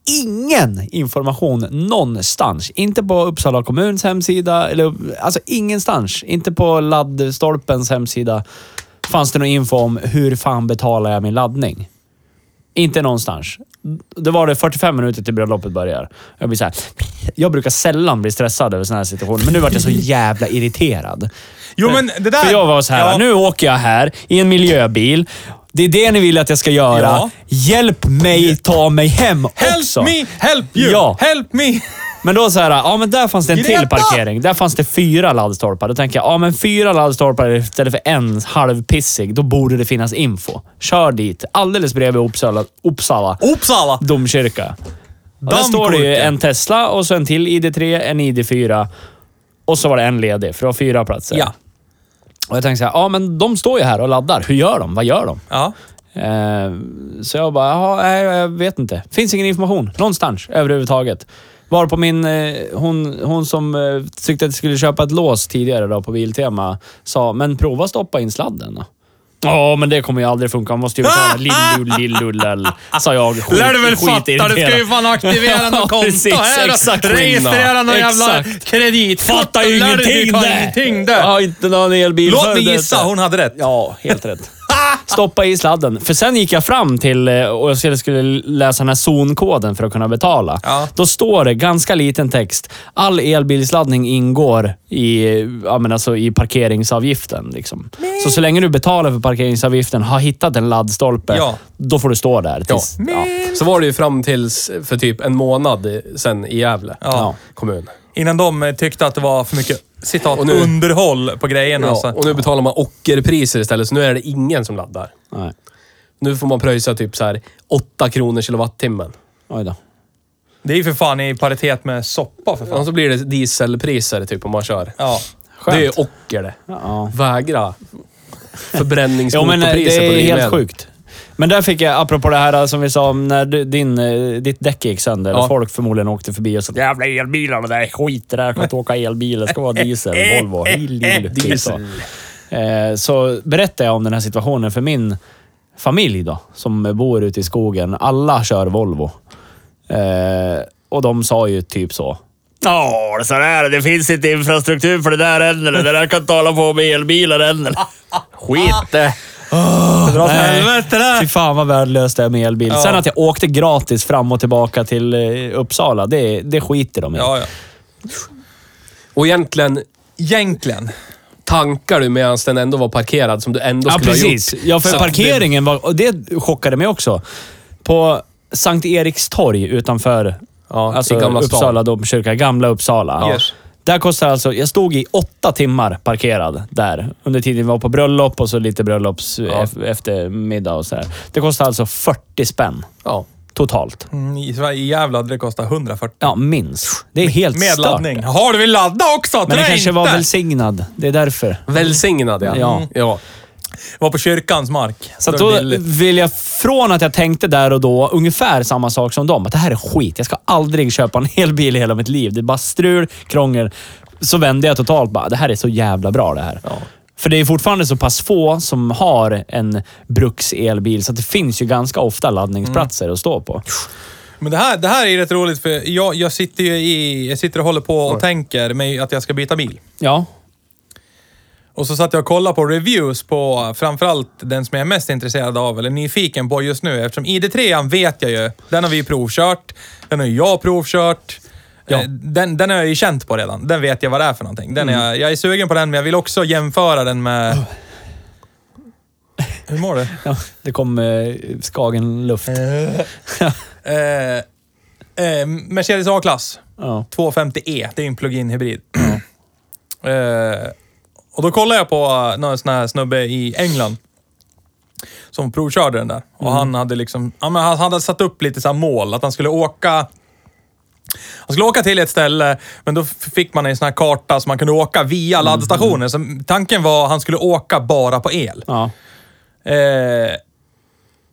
ingen information någonstans. Inte på Uppsala kommuns hemsida. Eller, alltså ingenstans. Inte på laddstolpens hemsida. Fanns det någon info om hur fan betalar jag min laddning? Inte någonstans. Det var det fyrtiofem minuter till bröllopet börjar. Jag blir så här, jag brukar sällan bli stressad över såna här situationer, men nu var jag så jävla irriterad. Jo, men det där... För jag var så här, ja. nu åker jag här i en miljöbil. Det är det ni vill att jag ska göra. Ja. Hjälp mig ta mig hem Help också. me, help you, Ja. help me. Men då så här, ja men där fanns det en Greta! till parkering. Där fanns det fyra laddstolpar. Då tänker jag, ja men fyra laddstolpar istället för en halvpissig. Då borde det finnas info. Kör dit. Alldeles bredvid Uppsala, Uppsala Uppsala. domkyrka. Och där står det ju en Tesla och så en till I D tre, en I D fyra. Och så var det en ledig, för det var fyra platser. Ja. Och jag tänkte så här, ja men de står ju här och laddar. Hur gör de? Vad gör de? Ja. Eh, så jag bara, ja, nej, jag vet inte. Finns ingen information någonstans överhuvudtaget. Var på min, eh, hon, hon som eh, tyckte att jag skulle köpa ett lås tidigare då på Biltema sa, men prova stoppa in sladden då. Ja, men det kommer ju aldrig funka. Man måste ju betala lillull, lillull, sa jag. Skit, Lär du väl fatta, du ska ju fan aktivera något konto precis, här och exakt. registrera någon jävla Exakt. kredit. Fattar ju Lär du ingenting ta där. ingenting där. Jag har inte någon elbil. Låt för mig detta. gissa, hon hade rätt. Ja, helt rätt. Stoppa i sladden. För sen gick jag fram till eh, och jag skulle- skulle läsa den här zonkoden för att kunna betala. Ja. Då står det ganska liten text. All elbilsladdning ingår i, ja, men alltså i parkeringsavgiften. Liksom. Så så länge du betalar för parkeringsavgiften, har hittat en laddstolpe, Ja. då får du stå där. Tills, ja. Så var det ju fram tills för typ en månad sen i Gävle Ja. kommun. Innan de eh, tyckte att det var för mycket citat Och nu- underhåll på grejerna. Ja, Alltså. och nu betalar man ockerpriser istället, så nu är det ingen som laddar. Nej. Nu får man pröjsa typ så här åtta kronor kilowattimmen. Oj då. Det är ju för fan i paritet med soppa för fan. Och så blir det dieselpriser typ om man kör. Ja. Skönt. Det är ju ocker det. Ja. Vägra Jo, förbränningsmotorpriser men eh, det på är drivmedel. helt sjukt. Men där fick jag, apropå det här som vi sa, om när du, din, eh, ditt däck gick sönder, Ja. och folk förmodligen åkte förbi och sa jävla elbilar, det där är skit, det där, jag kan inte åka elbil, det ska vara diesel, Volvo, diesel. Diesel. Eh, så berättade jag om den här situationen för min familj då, som bor ute i skogen. Alla kör Volvo. Eh, och de sa ju typ så. Ja, det är så där, det finns inte infrastruktur för det där än, eller det där kan inte hålla på med elbilar än. Eller. Skit det. Dra åt Nej. helvete där. Fy fan vad värdelöst det är med elbil. Ja. Sen att jag åkte gratis fram och tillbaka till eh, Uppsala, det, det skiter de i. Ja, ja. Och egentligen Egentligen. tankar du medan den ändå var parkerad som du ändå Ja, skulle precis. ha gjort. Ja, för Så att parkeringen var... Och det chockade mig också. På Sankt Eriks torg utanför Ja, alltså i Gamla stan. Uppsala domkyrka, Gamla Uppsala. Yes. Där kostar alltså... Jag stod i åtta timmar parkerad där. Under tiden vi var på bröllop och så lite bröllops Ja. ef- eftermiddag och så här. Det kostar alltså fyrtio spänn Ja. totalt. Mm, I Sverige i Gävle hade det kostat hundrafyrtio. Ja, minst. Det är helt Med stört. laddning. Har du vill ladda också? Men det Trä kanske inte. var välsignad. Det är därför. Välsignad, ja. Ja. ja. Var på kyrkans mark. Så att Då är då det billigt. vill jag, från att jag tänkte där och då ungefär samma sak som dem, att det här är skit. Jag ska aldrig köpa en elbil i hela mitt liv. Det är bara strul, krångel. Så vände jag totalt bara, det här är så jävla bra det här. Ja. För det är fortfarande så pass få som har en Bruks elbil, så att det finns ju ganska ofta laddningsplatser att stå på. Men det här, det här är rätt roligt, för jag, jag sitter ju i... Jag sitter och håller på och tänker mig att jag ska byta bil. Ja. Och så satt jag och kollade på reviews på framförallt den som jag är mest intresserad av, eller nyfiken på just nu. Eftersom I D tre vet jag ju, den har vi provkört. Den har jag provkört. Ja. Eh, Den, den har jag ju känt på redan. Den vet jag vad det är för någonting. Den är, jag, jag är sugen på den, men jag vill också jämföra den med... Hur mår du? Ja, det kom eh, Skagenluft. Eh, eh, Mercedes A-klass. Ja. tvåhundrafemtio E. Det är en plug-in hybrid. eh, och då kollade jag på någon sån här snubbe i England som provkörde den där. Och han hade liksom, ja, men han hade satt upp lite så här mål att han skulle åka han skulle åka till ett ställe, men då fick man en sån här karta så man kunde åka via laddstationer. Så tanken var att han skulle åka bara på el. Ja. Eh,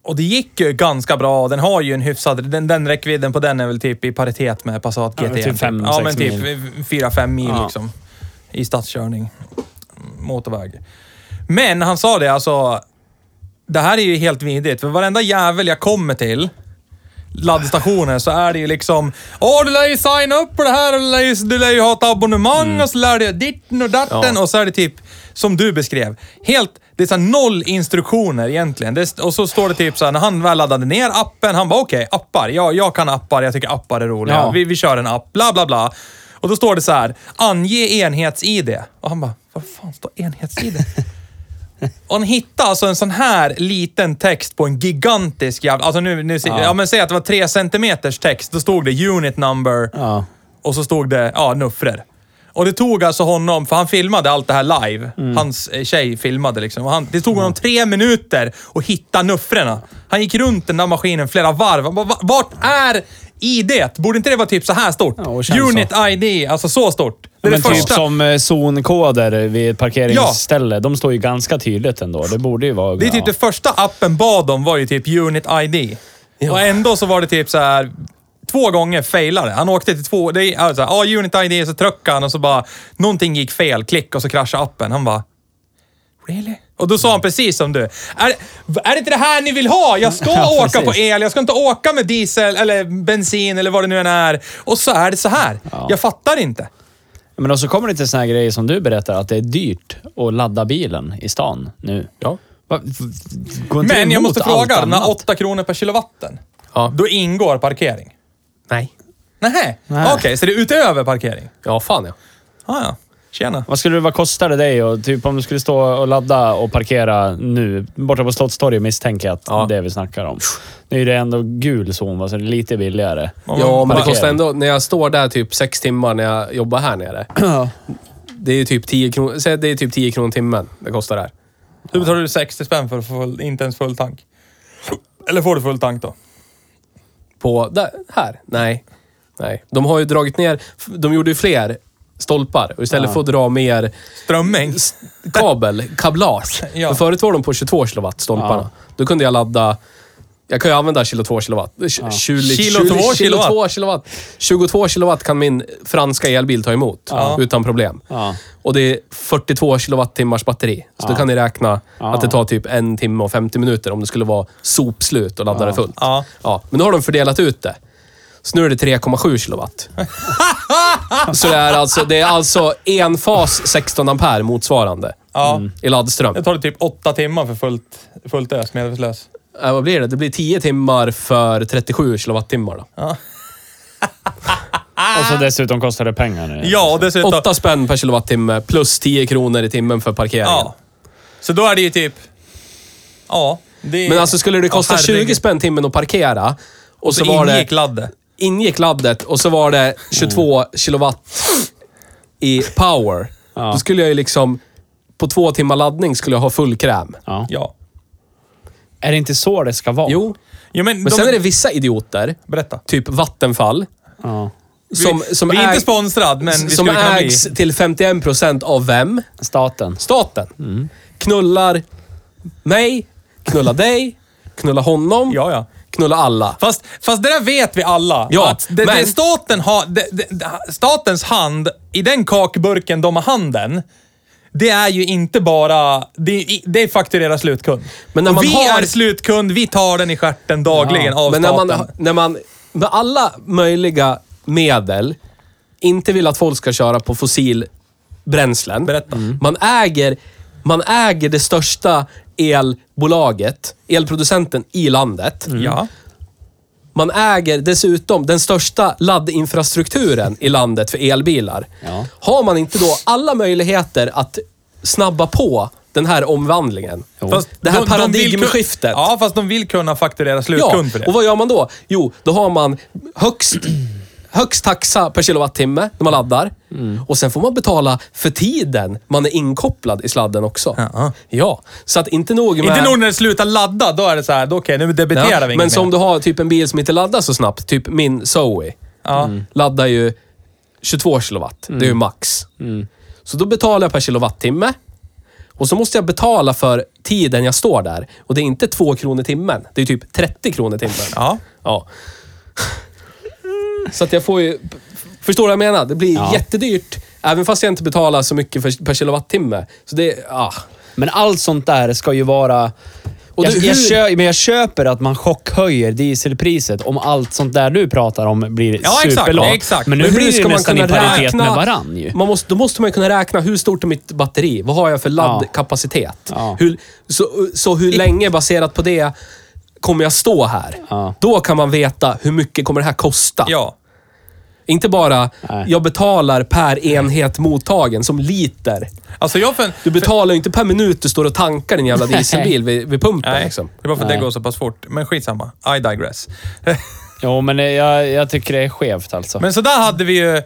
Och det gick ju ganska bra. Den har ju en hyfsad... Den, den räckvidden på den är väl typ i paritet med Passat G T. Ja, typ fem, ja, men sex typ fyra fem mil Ja. liksom. I stadskörning. Motorväg. Men han sa det alltså... Det här är ju helt vidrigt. För varenda jävel jag kommer till... laddstationer så är det ju liksom åh, du lär ju signa upp på det här och du lär ju, du lär ju ha ett abonnemang mm. och så lär du ditten och datten ja. Och så är det typ som du beskrev helt, det är så här noll instruktioner egentligen det, och så står det typ så här när han väl laddade ner appen, han bara okej, okay, appar, ja, jag kan appar, jag tycker appar är roliga ja. vi, vi kör en app, bla bla bla och då står det så här, ange enhets-I D och han bara, vad fan står enhets-I D? Och han hittade alltså en sån här liten text på en gigantisk jävla... Alltså nu, nu ja. Ja, men säg att det var tre centimeters text. Då stod det unit number. Ja. Och så stod det, ja, nuffror. Och det tog alltså honom, för han filmade allt det här live. Mm. Hans tjej filmade liksom. Och han, det tog honom tre minuter att hitta nuffrorna. Han gick runt den där maskinen flera varv. Han bara, vart är I D? Borde inte det vara typ så här stort? Ja, unit så. I D, alltså så stort. Det är men det typ första. som zonkoder vid ett parkeringsställe. Ja. De står ju ganska tydligt ändå. Det borde ju vara... Det är typ ja. Det första appen bad om var ju typ unit I D. Ja. Och ändå så var det typ så här... Två gånger failade. Han åkte till två... Det är alltså, ja, unit I D, så tryckade han och så bara... Någonting gick fel, klick och så kraschade appen. Han bara... Really? Och då sa han precis som du. Är, är det inte det här ni vill ha? Jag ska ja, åka på el. Jag ska inte åka med diesel eller bensin eller vad det nu än är. Och så är det så här. Ja. Jag fattar inte. Men också kommer det till såna här grejer som du berättar, att det är dyrt att ladda bilen i stan nu. Ja. Men jag måste fråga, den här åtta kronor per kilowatten. Ja. Då ingår parkering? Nej. Nej. Okej, okay, så det är utöver parkering? Ja, fan ja. Ah, ja. Tjena. Vad skulle det vara kostade dig? Och typ om du skulle stå och ladda och parkera nu, borta på Slottstorget misstänker jag att ja. Det är vi snackar om. Nu är det ändå gul zon, så det är lite billigare. Ja, men det kostar ändå, när jag står där typ sex timmar när jag jobbar här nere. Det är typ tio kronor, säg det är typ tio kronor timmen det kostar där. Hur betalar du sextio spänn för att få full, inte ens full tank? Eller får du full tank då? På, där, här? Nej. Nej. De har ju dragit ner, de gjorde ju fler stolpar och istället ja. För att dra mer strömming, kabel, kablage. Ja. För förut var de på tjugotvå kilowatt stolparna. Ja. Då kunde jag ladda, jag kan ju använda kilo två kilowatt. Ja. tjugo, kilo två kilowatt. kilowatt. tjugotvå kilowatt kan min franska elbil ta emot ja. Utan problem. Ja. Och det är fyrtiotvå kilowattimmars batteri. Så ja. Då kan ni räkna ja. Att det tar typ en timme och femtio minuter om det skulle vara sopslut och ladda ja. Det fullt. Ja. Ja. Men då har de fördelat ut det. Så nu är det tre komma sju kilowatt. Så det är alltså, det är alltså en fas sexton ampere motsvarande ja. Mm, i laddström. Det tar det typ åtta timmar för fullt, fullt ös, medvetslös. Äh, vad blir det? Det blir tio timmar för trettiosju kilowattimmar då. Ja. Och så dessutom kostar det pengar nu. Ja, och dessutom... åtta spänn per kilowattimme plus tio kronor i timmen för parkeringen. Ja. Så då är det ju typ... Ja. Det är... Men alltså skulle det kosta ja, tjugo spänn timmen att parkera och, och så, så var ingick det... laddet. Ingick laddet och så var det tjugotvå kilowatt i power. Ja. Då skulle jag ju liksom... På två timmar laddning skulle jag ha full kräm. Ja. Ja. Är det inte så det ska vara? Jo. Jo men men de... sen är det vissa idioter. Berätta. Typ Vattenfall. Ja. Som, som vi är äg... inte sponsrad, men vi som ägs bli... till femtioen procent av vem? Staten. Staten. Mm. Knullar mig, knullar dig, knullar honom. Ja, ja. Knulla alla. Fast, fast det där vet vi alla. Ja, att det, men... det staten har, det, det, statens hand, i den kakburken de har handen, det är ju inte bara... Det, det fakturerar slutkund. Men när man vi har... är slutkund, vi tar den i stjärten dagligen ja. Av men staten. Men när man, när man med alla möjliga medel inte vill att folk ska köra på fossilbränslen. Berätta. Mm. Man äger, man äger det största elbolaget, elproducenten i landet. Mm. Ja. Man äger dessutom den största laddinfrastrukturen i landet för elbilar. Ja. Har man inte då alla möjligheter att snabba på den här omvandlingen? Fast det här de, paradigmskiftet. De ja, fast de vill kunna fakturera slutkund ja, för det. Och vad gör man då? Jo, då har man högst, högst taxa per kilowattimme när man laddar. Mm. Och sen får man betala för tiden man är inkopplad i sladden också. Ja, ja. Så att inte nog med... Inte nog när det slutar ladda, då är det så här, okej, okay, nu debiterar ja, vi men som du har typ en bil som inte laddar så snabbt, typ min Zoe. Ja. Mm. Laddar ju tjugotvå kilowatt. Mm. Det är ju max. Mm. Så då betalar jag per kilowattimme. Och så måste jag betala för tiden jag står där. Och det är inte två kronor timmen. Det är typ trettio kronor timmen. Ja. Ja. Så att jag får ju... Förstår du vad jag menar? Det blir Ja. jättedyrt. Även fast jag inte betalar så mycket för, per kilowattimme. Så det... Ah. Men allt sånt där ska ju vara... Och jag, du, jag, hur- kö, men jag köper att man chockhöjer dieselpriset om allt sånt där du pratar om blir Ja, exakt, superlågt. exakt. Men nu Men hur blir det ska ju man nästan i kunna paritet räkna- med varann ju. Man måste, då måste man ju kunna räkna hur stort är mitt batteri? Vad har jag för laddkapacitet? Ja. Hur, så, så hur länge baserat på det kommer jag stå här? Ja. Då kan man veta hur mycket kommer det här kosta. Ja. Inte bara, Nej. jag betalar per enhet mottagen som liter. Alltså jag för, Du betalar ju inte per minut du står och tankar din jävla dieselbil vid, vid pumpen. Nej, Liksom. det var för att det Nej. går så pass fort. Men skitsamma. I digress. Jo, men jag, jag tycker det är skevt alltså. Men så där hade vi ju...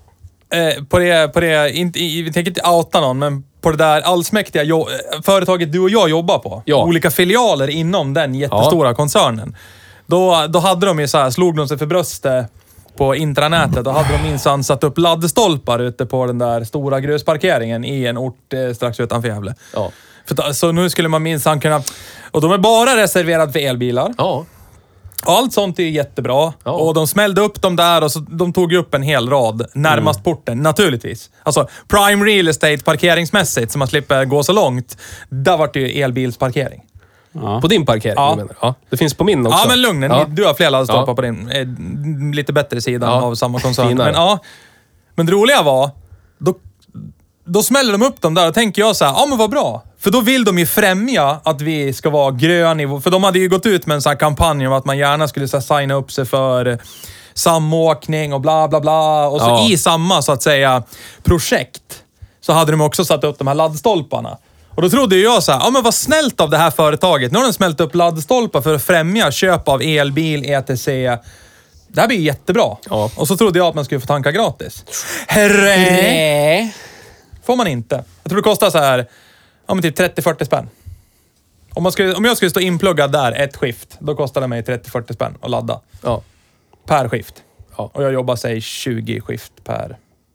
Eh, på det... På det inte, i- vi tänker inte outa någon, men på det där allsmäktiga jo, eh, företaget du och jag jobbar på. Ja. Olika filialer inom den jättestora koncernen. Då, då hade de ju så här, slog de sig för bröstet på intranätet. Då hade de minsann satt upp laddstolpar ute på den där stora grusparkeringen i en ort eh, strax utanför Gävle. Ja. För, då- så nu skulle man minsann kunna... Och de är bara reserverade för elbilar. Ja. Allt sånt är jättebra. Ja. Och de smällde upp dem där och så, de tog upp en hel rad närmast porten, naturligtvis. Alltså prime real estate parkeringsmässigt, så man slipper gå så långt. Där var det ju elbilsparkering. Ja. På din parkering, Ja. du menar? Ja. Det finns på min också. Ja, men lugn. Ja. Du har fler laddstolpar Ja. på din eh, lite bättre sidan Ja. av samma koncern. Finare. Men ja. Men det roliga var, då, då smäller de upp dem där och tänker jag så här, ja men vad bra. För då vill de ju främja att vi ska vara grön i, för de hade ju gått ut med en sån här kampanj om att man gärna skulle så här, signa upp sig för samåkning och bla bla bla. Och så Ja. i samma, så att säga, projekt så hade de också satt upp de här laddstolparna. Och då trodde ju jag så här, ja men vad snällt av det här företaget. Nu har de smält upp laddstolpar för att främja köp av elbil, et cetera. Det här blir jättebra. Ja. Och så trodde jag att man skulle få tanka gratis. Herre! Nej. Får man inte. Jag tror det kostar så här, ja men typ trettio till fyrtio spänn. Om, man skulle, om jag skulle stå inpluggad där ett skift, då kostar det mig trettio till fyrtio spänn att ladda. Ja. Per skift. Ja. Och jag jobbar, säg tjugo skift per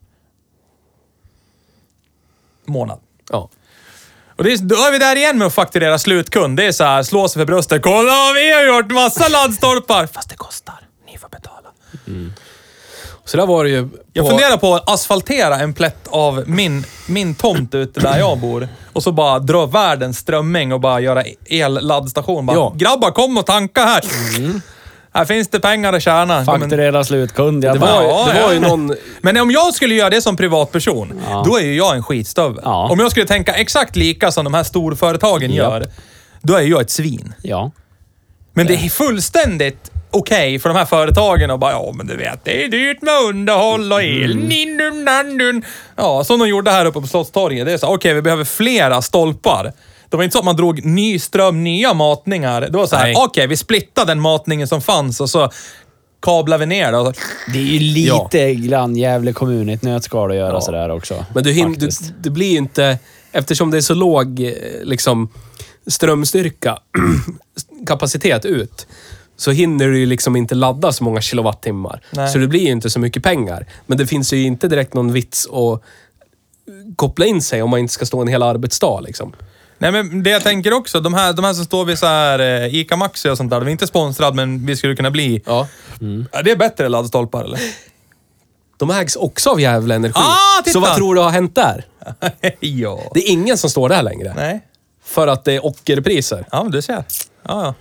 månad. Ja. Och det är, då är vi där igen med att fakturera slutkund. Det är så här, slå sig för bröstet. Kolla vad vi har gjort! Massa laddstolpar! Fast det kostar. Ni får betala. Så där var det ju... På... Jag funderar på att asfaltera en plätt av min, min tomt ute där jag bor. Och så bara dra världens strömming och bara göra el-laddstation. Bara, Ja. grabbar, kom och tanka här. Här finns det pengar att tjäna. Men, Fakturera slutkund. Jag Det bara, var, ju- Ja, det var ja. ju någon... men om jag skulle göra det som privatperson, Ja. då är ju jag en skitstövel. Ja. Om jag skulle tänka exakt lika som de här storföretagen Japp. gör, då är jag ett svin. Ja. Men det är fullständigt okej för de här företagen och bara, ja men du vet, det är dyrt med underhåll och el. Mm. Ninnun, nannun. Ja, som de gjorde här uppe på Slottstorget. Det är så, okej, vi behöver flera stolpar. Det var inte så att man drog ny ström, nya matningar. Det var så här, Nej. okej, vi splittade den matningen som fanns och så kablar vi ner det. Och så, Det är ju lite grann Gävle kommun i ett nötskal att göra Ja. sådär också. Men du, hin- du, Faktiskt. det blir ju inte... Eftersom det är så låg eh, liksom, strömstyrka, kapacitet ut, så hinner du ju liksom inte ladda så många kilowattimmar. Nej. Så det blir ju inte så mycket pengar. Men det finns ju inte direkt någon vits att koppla in sig om man inte ska stå en hel arbetsdag. Liksom. nej men det jag tänker också, de här, de här som står vid så här eh, Ica Maxi och sånt där, de är inte sponsrade men vi skulle kunna bli. Ja. Ja, det är bättre laddstolpar eller? De ägs också av Gävle Energi. Ah, titta! så vad tror du har hänt där? ja. Det är ingen som står där längre. Nej. För att det är ockerpriser. Ja, men du ser. Ja, ja.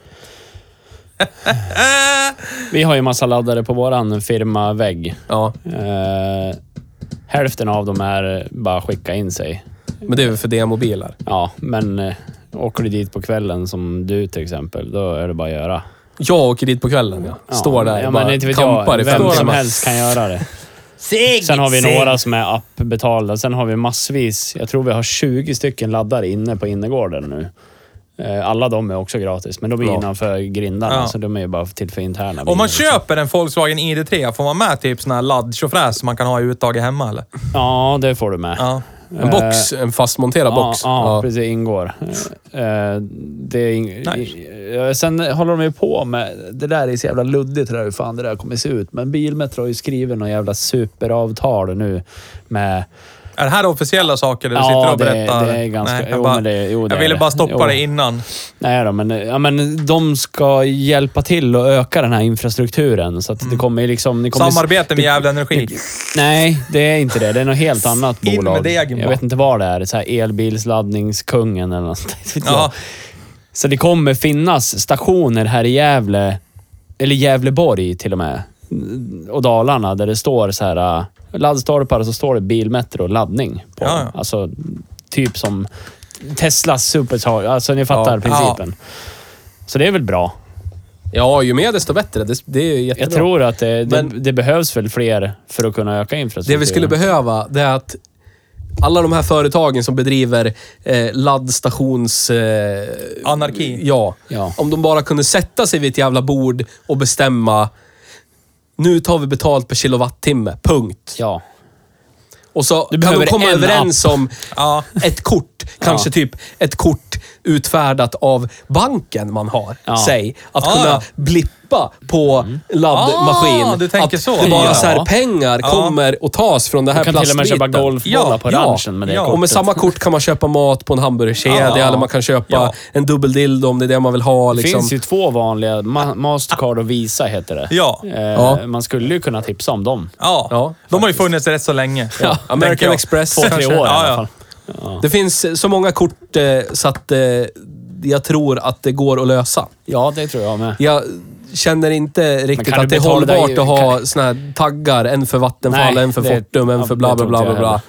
Vi har ju massa laddare på våran firma vägg. Ja, Eh, hälften av dem är bara skicka in sig. men det är väl för demobilar. Ja, men eh, åker du dit på kvällen som du till exempel, då är det bara att göra. Jag åker dit på kvällen, ja. Ja, Står där ja, och men bara inte vet kampar jag. i Vem fem som timmar. helst kan göra det. Sen har vi några som är appbetalda. Sen har vi massvis. Jag tror vi har tjugo stycken laddare inne på innergården nu. Eh, Alla de är också gratis, men de är Bra. innanför grindarna, Ja. så de är ju bara till för interna. Om man bilar. köper en Volkswagen I D tre, får man med typ sån här ladd-tjofräs som man kan ha i uttaget hemma eller? Ja, det får du med. Ja. En box, en fastmonterad Ja, box. ja, Ja. precis. Ingår. Eh, det är ing- i- eh, sen håller de ju på med... Det där är så jävla luddigt hur fan det där kommer se ut. Men Bilmetro har ju skrivit någon jävla superavtal nu med Är det här officiella saker du Ja, sitter och det- berättar? det är ganska- Nej, jag jo, bara, men det- jo, det jag är ville det. bara stoppa Jo. det innan. Nej då, men, ja, men de ska hjälpa till att öka den här infrastrukturen. Så att det kommer ju liksom... Ni kommer, Samarbete med Jävla Energi. Nej, det är inte det. Det är något helt annat In med bolag. degen, Jag va? vet inte vad det är. Så här elbilsladdningskungen eller något sånt. Vet jag. Ja. Så det kommer finnas stationer här i Gävle, eller Gävleborg till och med, och Dalarna, där det står så här äh, laddstolpar och så står det bilmetro laddning på. Ja, ja. Alltså typ som Teslas supercharger. Alltså ni fattar Ja. principen. Så det är väl bra. Ja, ju mer desto bättre. Det, det är jättebra. Jag tror att det, det, Men- det behövs väl fler för att kunna öka Det infrastrukturen. vi skulle behöva, det är att alla de här företagen som bedriver eh, laddstations... Eh, Anarki. Ja. Ja. Om de bara kunde sätta sig vid ett jävla bord och bestämma nu tar vi betalt per kilowattimme. Punkt. Ja. Och så Du kan de behöver komma en överens om Ja. ett kort. Kanske Ja. typ ett kort utfärdat av banken man har. Ja. Säg. Att Ja, kunna ja. blippa på laddmaskin. Ah, du tänker att så. det bara Ja. så här, pengar Ja. kommer att tas från det här Du kan till och med köpa plastbiten. golfbollar Ja, på ja, ranchen med det ja. Och med kortet. samma kort kan man köpa mat på en hamburgerkedja Ja. eller man kan köpa Ja. en dubbeldildo om det är det man vill ha. Det Liksom. finns ju två vanliga. Ma- Mastercard och Visa heter det. Ja. Eh, Ja. Man skulle ju kunna tipsa om dem. Ja. Ja, De har ju funnits rätt så länge. Ja. tänker American jag. Express. Två, tre Kanske. år i Ja, alla ja. fall. Det finns så många kort eh, så att eh, jag tror att det går att lösa. Ja, det tror jag med. Jag känner inte riktigt kan du att det är betala dig- hållbart att ha kan- såna här taggar. En för Vattenfall, Nej, en för det- Fortum, en ja, för det bla bla tror bla inte bla jag bla. heller.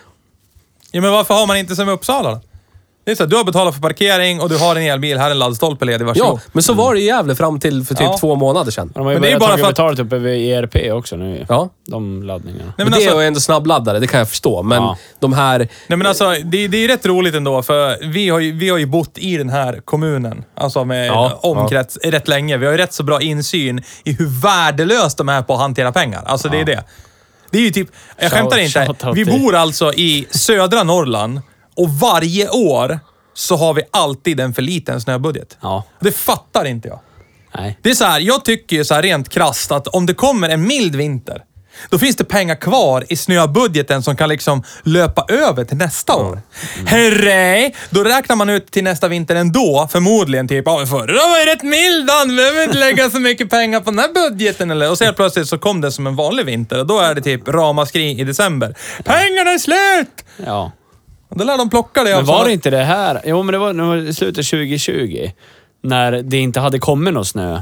Ja, men varför har man inte som i Uppsala då? Det är så här, du har betalat för parkering och du har en elbil. Här är en laddstolpe ledig, varsågod. Ja, men så var det i Gävle fram till för typ Ja. två månader sedan. De har ju Men det är börjat bara ta för att- betalat upp över E R P också nu. Ja. De laddningarna. Nej, Men men det alltså, är ju ändå snabbladdare, det kan jag förstå. Men Ja. de här... nej, men alltså det, det är rätt roligt ändå, för vi har, ju, vi har ju bott i den här kommunen, alltså med Ja, omkrets, rätt länge. Vi har ju rätt så bra insyn i hur värdelöst de är på att hantera pengar. Alltså det är det. Det är ju typ, jag Shout- skämtar inte. shout out Vi till- bor alltså i södra Norrland och varje år så har vi alltid en för liten snöbudget. Ja. Det fattar inte jag. Nej. Det är så här, jag tycker ju så här rent krasst att om det kommer en mild vinter, då finns det pengar kvar i snöbudgeten som kan liksom löpa över till nästa år. Herre! Då räknar man ut till nästa vinter ändå, förmodligen typ, ja men förra var ju rätt mild, han behöver inte lägga så mycket pengar på den här budgeten eller. Och så helt plötsligt så kom det som en vanlig vinter och då är det typ ramaskri i december. Pengarna är slut! Ja. Och då lär de plocka det. Men alltså. var det inte det här? Jo, men det var, det var i slutet tjugo tjugo. När det inte hade kommit någon snö.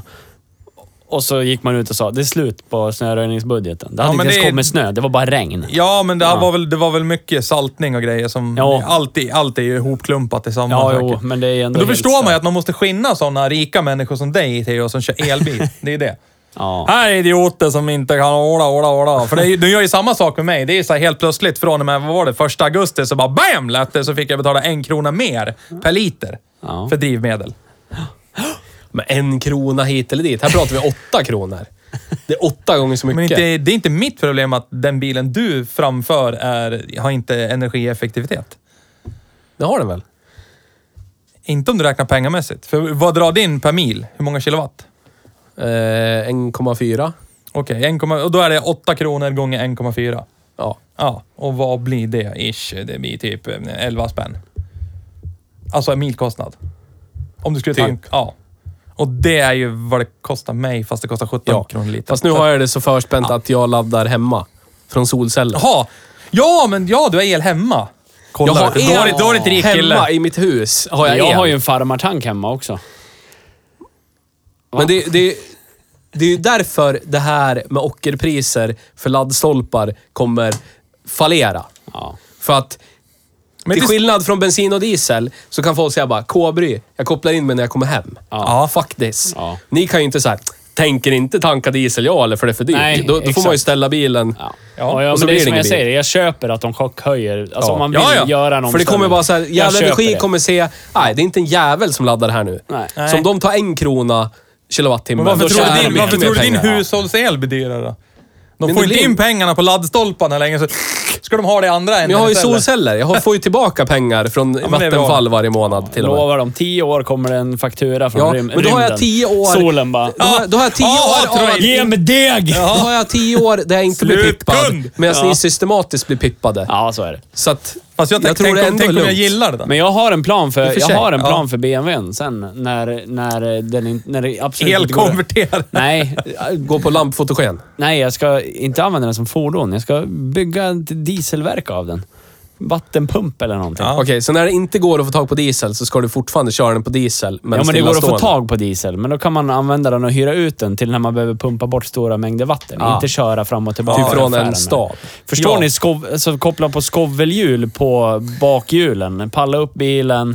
Och så gick man ut och sa, det är slut på snöröjningsbudgeten. Det hade Ja, inte men ens det är- kommit snö, det var bara regn. Ja, men det, här Ja. Var väl, det var väl mycket saltning och grejer som... Ja. Alltid, allt är ju ihopklumpat i samma Ja, saker. jo, men det är ändå Men då helt förstår man ju stört. att man måste skinna sådana rika människor som dig, Theo, som kör elbil. Det är det. Ja. Här är idioter som inte kan åla, åla, åla. För det är, ju- du gör ju samma sak med mig. Det är så här helt plötsligt från och med, vad var det, första augusti så bara BAM! Lät det, så fick jag betala en krona mer per liter Ja. för drivmedel. Men en krona hit eller dit. Här pratar vi åtta kronor. Det är åtta gånger så Men mycket. inte, det är inte mitt problem att den bilen du framför är, har inte energieffektivitet. Det har den väl? Inte om du räknar pengamässigt. För vad drar din per mil? Hur många kilowatt? Eh, en komma fyra. Okej, okay, och då är det åtta kronor gånger en komma fyra. Ja. Ja, och vad blir det? Ish, det blir typ elva spänn. Alltså en milkostnad. Om du skulle Typ. tanka. Ja. Och det är ju vad det kostar mig, fast det kostar sjutton Ja. kronor liter. Fast nu har jag det så förspänt att jag laddar hemma. Från solceller. Jaha! Ja, men ja, du har el hemma. Kolla, Jag har vet du, dåligt, dåligt rik kille. hemma i mitt hus. Har jag, Jag el. har ju en farmartank hemma också. Men det, det, det är ju därför det här med ockerpriser för laddstolpar kommer fallera. Ja. För att Men till det- skillnad från bensin och diesel så kan folk säga bara K-bry, jag kopplar in mig när jag kommer hem. Ja. Fuck this. Ja. Ni kan ju inte så här, tänker inte tanka diesel jag eller för det är för dyrt. Nej, då, då får exakt. man ju ställa bilen. Ja. Ja, Ja, ja, och så men det blir är det som ingen jag bil. säger, jag köper att de chockhöjer. Alltså Ja. om man vill Ja, ja. göra en För det kommer bara så här, Jag jävla köper energi det. kommer se, nej det är inte en jävel som laddar här nu. Nej. Så om de tar en krona kilowattimme, Men varför då tror tjänar du de din, mycket varför mer tror du din pengar. hushållsel blir dyrare då? De Men får det inte blir- in pengarna på laddstolparna längre, så ska de ha det i andra änden. Men jag har ju istället. solceller. Jag har- får ju tillbaka pengar från men det är bra. Vattenfall varje månad till och med. Lovar om tio år kommer det en faktura från Ja, rym- men då har jag rymden. tio år- Solen bara... Då har, då har jag tio Ja, år av att... Ge mig deg! Då har jag tio år där jag inte blir pippad. Slutkund! Medan Ja. ni systematiskt blir pippade. Ja, så är det. Så att... Fast jag, Jag jag tror tänk, det om, ändå tänk är om jag lugnt. gillar det då. Men jag har en plan för, I och för jag sig, har en plan ja. för B M W:n sen. När, när, den, in- när det absolut inte går... Elkonverterad. Nej, Gå på lampfotogen. nej, jag ska inte använda den som fordon. Jag ska bygga ett dieselverk av den. Vattenpump eller någonting. Ja. Ja, Okej, så när det inte går att få tag på diesel så ska du fortfarande köra den på diesel. Men, men det går att få stillastående. tag på diesel. Men då kan man använda den och hyra ut den till när man behöver pumpa bort stora mängder vatten. Ja. Inte köra fram och tillbaka. Typ i från affären en med. stad. Förstår Ja. ni? Skov, alltså, koppla på skovelhjul på bakhjulen. Palla upp bilen.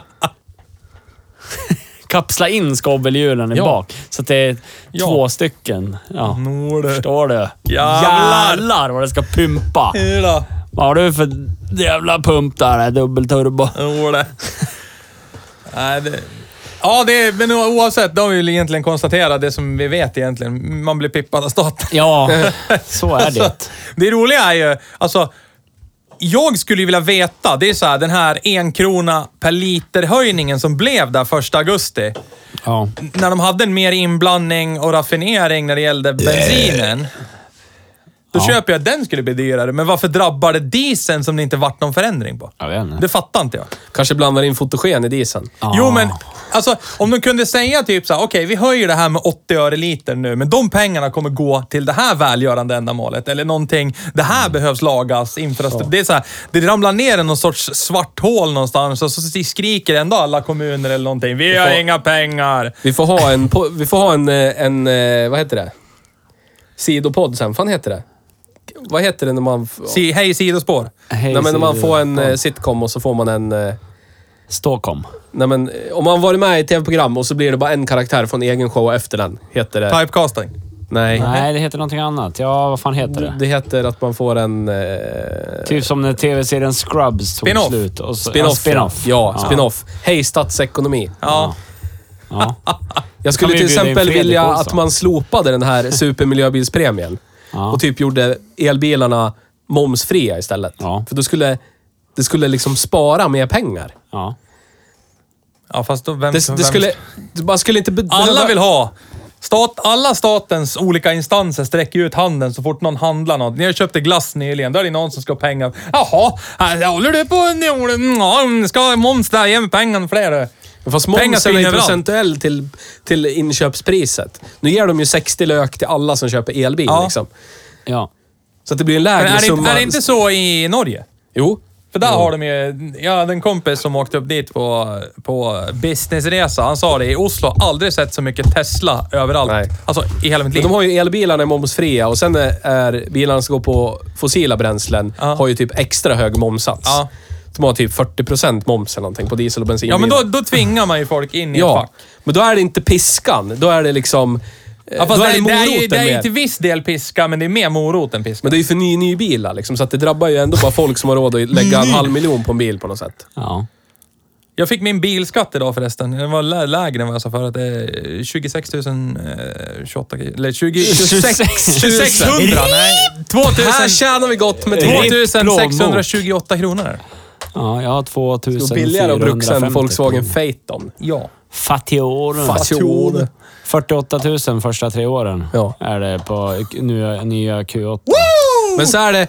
Kapsla in skovelhjulen i Ja. bak. Så att det är Ja. två stycken. Ja. Nå det. Förstår du? Jävlar. Jävlar vad det ska pumpa. Hur då? Vad har du för jävla pump där? Dubbelturbo. Nå det. Nej, det... Ja, det är, men oavsett, då har vi ju egentligen konstaterat det som vi vet egentligen. Man blir pippad av staten. Ja, så är Alltså, det. det roliga är ju, alltså, jag skulle ju vilja veta, det är så här, den här en krona per liter höjningen som blev där första augusti. Ja. När de hade en mer inblandning och raffinering när det gällde bensinen. Då Ja. köper jag att den skulle bli dyrare. Men varför drabbar det dieseln som det inte varit någon förändring på? Jag vet inte. Det fattar inte jag. Kanske blandar in fotogen i dieseln. Ja. Jo, men alltså, om de kunde säga typ så här: okej, vi höjer det här med åttio öre liter nu, men de pengarna kommer gå till det här välgörande ändamålet. Eller någonting, det här behövs lagas, infrastruktur. Det är så här, det ramlar ner i någon sorts svart hål någonstans och så skriker ändå alla kommuner eller någonting. Vi har får- inga pengar. Vi får ha en, po- vi får ha en, eh, en, eh, vad heter det? Sidopodd sen. Vad fan heter det? Vad heter det när man... f- Si, hej sidospår. Hej, nej, men när man ser får du? en eh, sitcom och så får man en... eh, Ståkom. Nej, men eh, om man varit med i ett tv-program och så blir det bara en karaktär från egen show efter den. Heter det... Typecasting. Nej. Nej, det heter någonting annat. Ja, vad fan heter det? Det heter att man får en... Eh, Typ som när tv-serien Scrubs tog Spin-off. slut. Och så, spin-off. Ja, spin-off. Ja, spin-off. Hej statsekonomi. Ja. Ja. Jag skulle Kan vi till bjuda in exempel Fredrik vilja Olsson? att man slopade den här supermiljöbilspremien. Ja. Och typ gjorde elbilarna momsfria istället. Ja. För då skulle det skulle liksom spara mer pengar. Ja. Ja, fast då, vem, Det, vem, det skulle... Man skulle inte... be- Alla behöva- vill ha. Stat, alla statens olika instanser sträcker ut handen så fort någon handlar något. Ni har köpt en glass nyligen, då är det någon som ska ha pengar. Jaha, här håller du på en... Ja, ska moms där, ge mig pengarna för det. Fast Pengar momsen ska är in ju överallt. procentuell till, till inköpspriset. Nu ger de ju sextio lök till alla som köper elbil Ja. liksom. Ja. Så att det blir en Men lägre är det, summa. inte, är det inte så i Norge? Jo. För där har de ju... Jag hade en kompis som åkte upp dit på, på businessresa. Han sa det, i Oslo har aldrig sett så mycket Tesla överallt. Nej. Alltså i hela mitt Men liv. de har ju elbilarna är momsfria och sen är bilarna som går på fossila bränslen Ja. har ju typ extra hög momsats. Ja. De har typ fyrtio procent moms eller någonting på diesel och bensin. Ja, men då, då tvingar man ju folk in i ett Ja, fack. men då är det inte piskan. Då är det liksom... Ja, fast då det, är det det är ju moroten det är ju mer. till viss del piska, men det är mer morot än piska. Men det är ju för ny, ny bilar liksom, så att det drabbar ju ändå bara folk som har råd att lägga en halv miljon på en bil på något sätt. Ja. Jag fick min bilskatt idag förresten. Den var lä- lägre än vad jag sa förut. Det är tjugosex tusen eh, tjugoåtta... Eller tjugo, tjugosex, tjugosexhundra. Nej, Här tvåtusen, tjänar vi gott med två tvåtusensexhundratjugoåtta kronor. Ja, jag har och tvåtusen billigare att bruka en fyrahundrafemtio. Volkswagen Phaeton. Ja. Fattior. Fashion. fyrtioåtta tusen första tre åren Ja. är det på nya, nya Q åtta. Men så är det...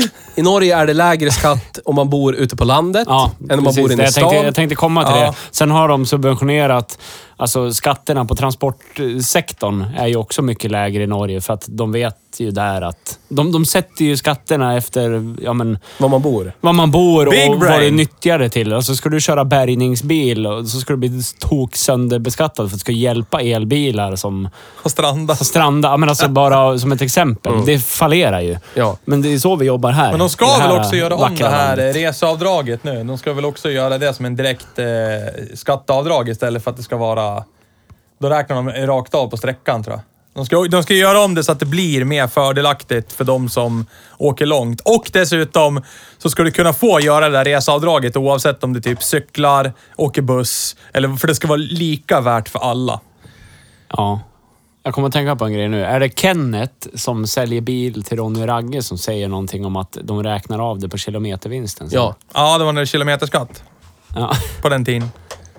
I Norge är det lägre skatt om man bor ute på landet Ja, än om man precis. bor inne i jag tänkte, stan. jag tänkte komma till Ja. det. Sen har de subventionerat, alltså skatterna på transportsektorn är ju också mycket lägre i Norge för att de vet ju där att... De, de sätter ju skatterna efter ja, men, Var man bor. var man bor Big och vad brain. du nyttjar det till. Alltså ska du köra bärgningsbil och så ska du bli tok sönderbeskattad för att du ska hjälpa elbilar som Och stranda. strandar. Men alltså bara som ett exempel. Det fallerar ju. Ja. Men det är så vi jobbar här. Men de i ska det här väl också göra om det vackra här landet. reseavdraget nu. De ska väl också göra det som en direkt eh, skatteavdrag istället för att det ska vara... Då räknar de rakt av på sträckan, tror jag. De ska, de ska göra om det så att det blir mer fördelaktigt för de som åker långt. Och dessutom så ska du kunna få göra det där reseavdraget oavsett om du typ cyklar, åker buss, eller för det ska vara lika värt för alla. Ja. Jag kommer att tänka på en grej nu. Är det Kenneth som säljer bil till Ronny och Ragge som säger någonting om att de räknar av det på kilometervinsten? Så? Ja. Ja, det var en kilometerskatt Ja. på den tiden.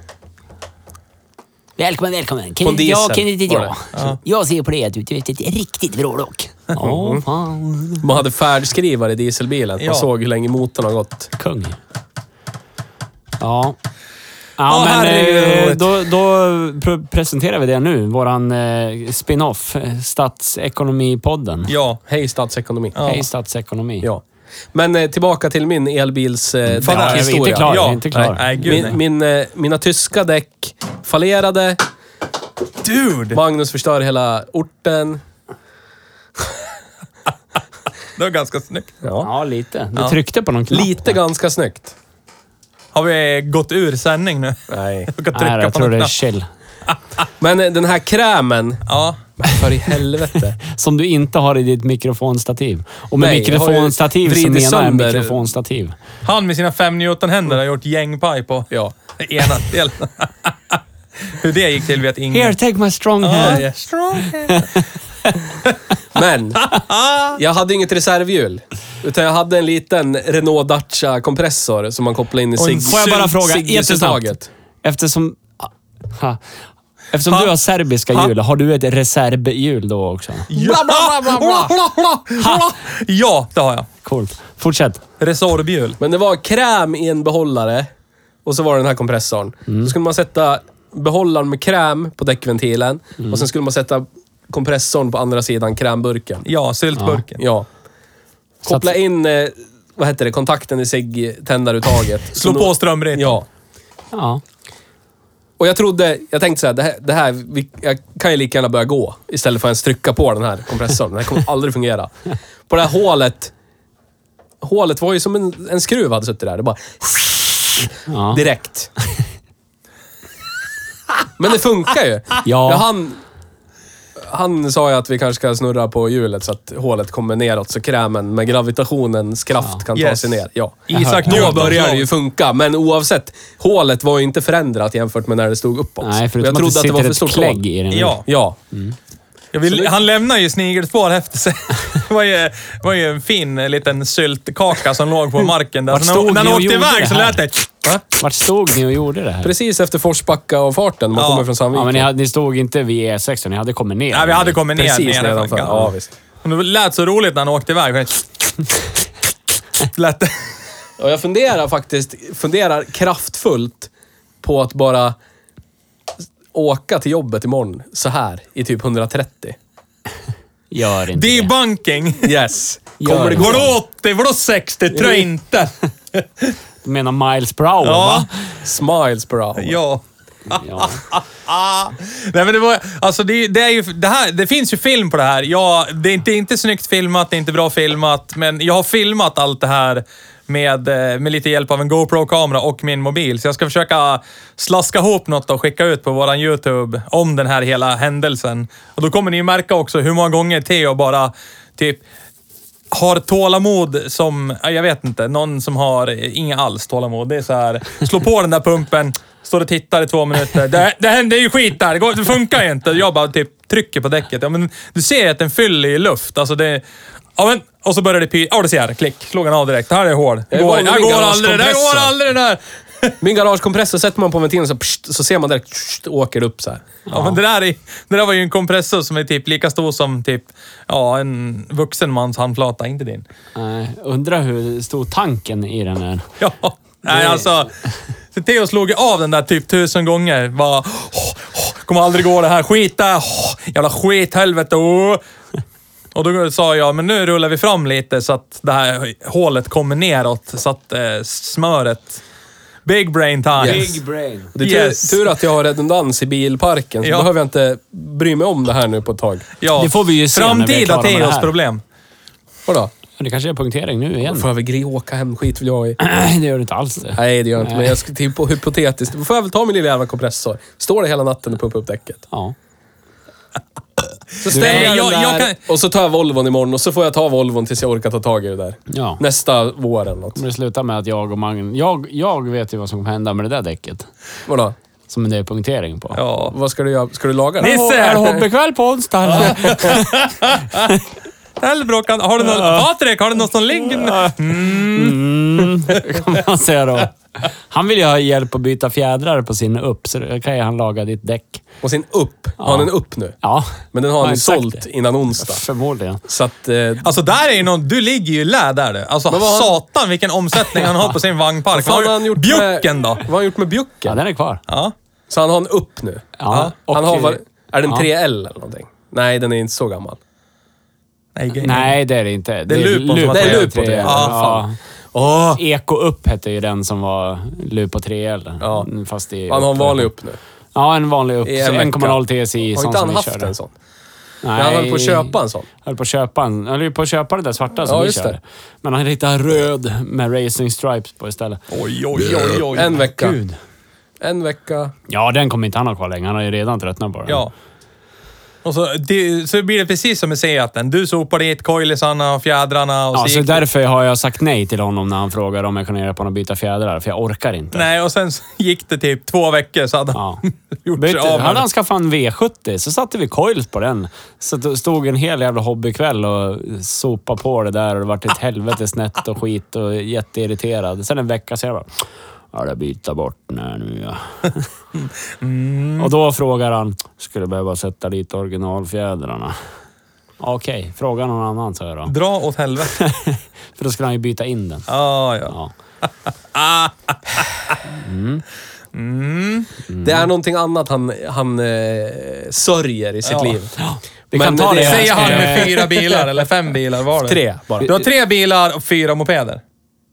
Välkommen, välkommen. På Kan, diesel jag kan inte var jag. det. Ja. Jag ser på det att du är ett riktigt vrålock. Ja, fan. Man hade färdskrivare i dieselbilen. Man Ja. såg hur länge motorn har gått. Kung. Ja. Ja, Ja, men herregud. eh, då, då pr- presenterar vi det nu. Våran eh, spin-off, eh, Statsekonomipodden. Ja. Hej statsekonomi. Ja. Hej Statsekonomi. Ja. Men eh, tillbaka till min elbils eh, Fan, Ja, jag är däckhistoria. inte klar. Ja. Jag är inte klar. Nej, gud nej. Min, min, eh, mina tyska däck fallerade. Dude! Magnus förstör hela orten. Det var ganska snyggt. Ja. Ja, lite. Du Ja. tryckte på någon knapp. Lite ganska snyggt. Har vi gått ur sändning nu? Nej. Jag kan trycka Nej, jag på tror någon det är knapp. chill. Men eh, den här krämen, Ja. för i helvete. Som du inte har i ditt mikrofonstativ. Och med Nej, jag har ju mikrofonstativ så vridit menar jag sönder- mikrofonstativ. Han med sina fem Newton-händer har gjort gängpaj på Ja. ena delen. Hur det gick till vet ingen. Here, take my strong Ja, hand. ja. Strong. Men jag hade inget reservhjul. Utan jag hade en liten Renault Dacia-kompressor som man kopplade in i Och en- sig. Får jag bara fråga, Sigge-uttaget. Eftersom... Ha. Eftersom Ha. du har serbiska Ha. hjul, har du ett reservhjul då också? Ja. Ja, det har jag. Coolt. Fortsätt. Resorbhjul. Men det var kräm i en behållare. Och så var det den här kompressorn. Mm. Då skulle man sätta behållaren med kräm på däckventilen. Mm. Och sen skulle man sätta kompressorn på andra sidan krämburken. Ja, syltburken. Ja. Så Koppla att- in, eh, vad heter det, kontakten i sig-tändaruttaget. Slå på strömreten. Ja. Ja. Och jag trodde, jag tänkte så här, det här, det här vi, jag kan ju lika gärna börja gå. Istället för att ens trycka på den här kompressorn. Den här kommer aldrig fungera. På det här hålet, hålet var ju som en, en skruv hade suttit där. Det bara... Ja. Direkt. Men det funkar ju. Ja. han, han sa ju att vi kanske ska snurra på hjulet så att hålet kommer neråt. Så krämen med gravitationens kraft kan ta Yes. sig ner. Ja. Isak Då Newton. börjar det ju funka. Men oavsett, hålet var ju inte förändrat jämfört med när det stod uppåt. Nej, Och förutom jag trodde att det att det var för sitter stort ett hål. klägg i den. Ja. Ja. Jag vill, han lämnar ju snigelspår efter sig. Det var ju, det var ju en fin liten syltkaka som låg på marken där. Vart Så när, stod när ni han och åkte gjorde iväg det så här? lät det... Va? Vart stod ni och gjorde det här? Precis efter Forsbacka och farten. Man Ja. kommer från Sandviken. Ja, men ni, hade, ni stod inte vid E sex, ni hade kommit ner. Ja, vi hade kommit ner. Precis ner nedanför. Ja, visst. Och det lät så roligt när han åkte iväg. Lät det. Och jag funderar faktiskt, funderar kraftfullt på att bara åka till jobbet imorgon så här i typ etthundratrettio. Gör inte det. Debunking. Yes. Gör Kommer det gå? Vadå åttio? Vadå sextio? Tror jag inte. Du menar miles per hour, Ja. va? Smiles per hour. Ja. Ja. Nej men det var, alltså det, det är ju, det här, det finns ju film på det här. Ja, det är inte, inte snyggt filmat, det är inte bra filmat, men jag har filmat allt det här med, med lite hjälp av en GoPro-kamera och min mobil. Så jag ska försöka slaska ihop något och skicka ut på våran YouTube om den här hela händelsen. Och då kommer ni ju märka också hur många gånger Theo bara typ har tålamod som, jag vet inte, någon som har inga alls tålamod. Det är så här, slå på den där pumpen, står och tittar i två minuter. Det, det händer ju skit där, det, går, det funkar ju inte. Jag bara typ trycker på däcket. Ja, men du ser att den fyller i luft. Alltså det... Ja, men, och så börjar det py... Ja, det ser jag. Klick. Slog han av direkt. Det här är hård. Det Jag går, var med det min går aldrig. Det garagekompressor. går aldrig det där. Min garagekompressor sätter man på ventilen så, pst, så ser man direkt pst, åker det upp så här. Ja, men det där, är, det där var ju en kompressor som är typ lika stor som typ, ja, en vuxen mans handflata. Inte din. Nej, undrar hur stor tanken i den är. Ja, nej alltså. Så Theo slog ju av den där typ tusen gånger. Var, oh, oh, kommer aldrig gå det här. Skit där. Oh, jävla skit, helvete. Oh. Och då sa jag, men nu rullar vi fram lite så att det här hålet kommer neråt. Så att eh, smöret... Big brain time. Yes. brain. Det är tur, Yes. tur att jag har redundans i bilparken. Så Ja. behöver jag inte bry mig om det här nu på ett tag. Ja. Det får vi ju se när vi är Framtida klara med det Theos här. problem. Vadå? Det kanske är punktering nu igen. Får jag väl gre- åka hem, skit vill jag i. Nej, det gör det inte alls det. Nej, det gör jag inte. Nej. Men jag ska typ på hypotetiskt. Då får jag väl ta min lilla jävla kompressor. Står det hela natten och pumpa upp däcket. Ja. Så ställer Nej, jag, jag- den jag där kan- och så tar jag Volvon imorgon och så får jag ta Volvon tills jag orkar ta tag i det där. Ja. Nästa vår eller något. Kommer det sluta med att jag och Magnus... Jag, jag vet ju vad som kommer hända med det där däcket. Vadå? som det är punktering på. Ja. Vad ska du göra? Ska du laga det? Nisse! Är det hobbykväll på onsdag eller? Hellbråkan, har du någon... Patrik, har du någon som ligger... Mm, kan man säga då. Han vill ju ha hjälp att byta fjädrar på sin upp, så då kan ju han laga ditt däck. Och sin upp. Har han en upp nu? Ja. Men den har han Ja, ju exakt sålt det. innan onsdag. Förmodligen. Så att... Eh, Alltså där är ju någon... Du ligger ju i lä där du. Alltså Men vad har han- satan vilken omsättning han har på sin vagnpark. vad fan har han gjort Bjucken med, då? Vad har han gjort med Ja, bjucken? den är kvar. Ja. Så han har en upp nu? Ja. Och, Han har, var, är den ja. tre L eller någonting? Nej, den är inte så gammal. Nej, Nej, det är det inte. Det är Lupo som har det är tre- Lupo tre. tre. Ja, Ja, ja. Åh! Eko upp hette ju den som var Lupo tre L. Ja. Fast i Han har en vanlig upp nu. Ja, en vanlig upp. I en Så vecka. en komma noll T S I. Har sån inte som han vi haft körde. en sån? Nej. Men han höll på att köpa en sån. höll på att köpa en. Han höll på att köpa det där svarta som Ja, vi just körde. det. Men han hittade röd med racing stripes på istället. Oj, oj, oj, oj. En vecka. Gud. En vecka. Ja, den kommer inte han ha kvar länge. Han har ju redan tröttnat på den. Ja. Och så, det, så blir det precis som i Seaten. Du sopar dit coilisarna och fjädrarna och Ja, så så gick det- därför har jag sagt nej till honom när han frågar om jag kan göra på att byta fjädrar. För jag orkar inte. Nej, och sen så gick det typ två veckor så hade han Ja. gjort Vet sig du, av med hade det. han skaffat en V sjuttio så satte vi coils på den. Så det stod en hel jävla hobbykväll och sopa på det där och det vart ett helvete snett och skit och jätteirriterad. Sen en vecka så jag bara... Ja, det byta bort den här nu ja. Mm. Och då frågar han, skulle behöva sätta dit originalfjädrarna. Okej, fråga någon annan så jag då. Dra åt helvete. För då skulle han ju byta in den. Ah, ja. Ja. Det är någonting annat han, han eh, sörjer i sitt Ja. liv. Vi Men kan ta det- det. Säger han Eh, med fyra bilar, eller fem bilar var det? Tre bara. Du har tre bilar och fyra mopeder?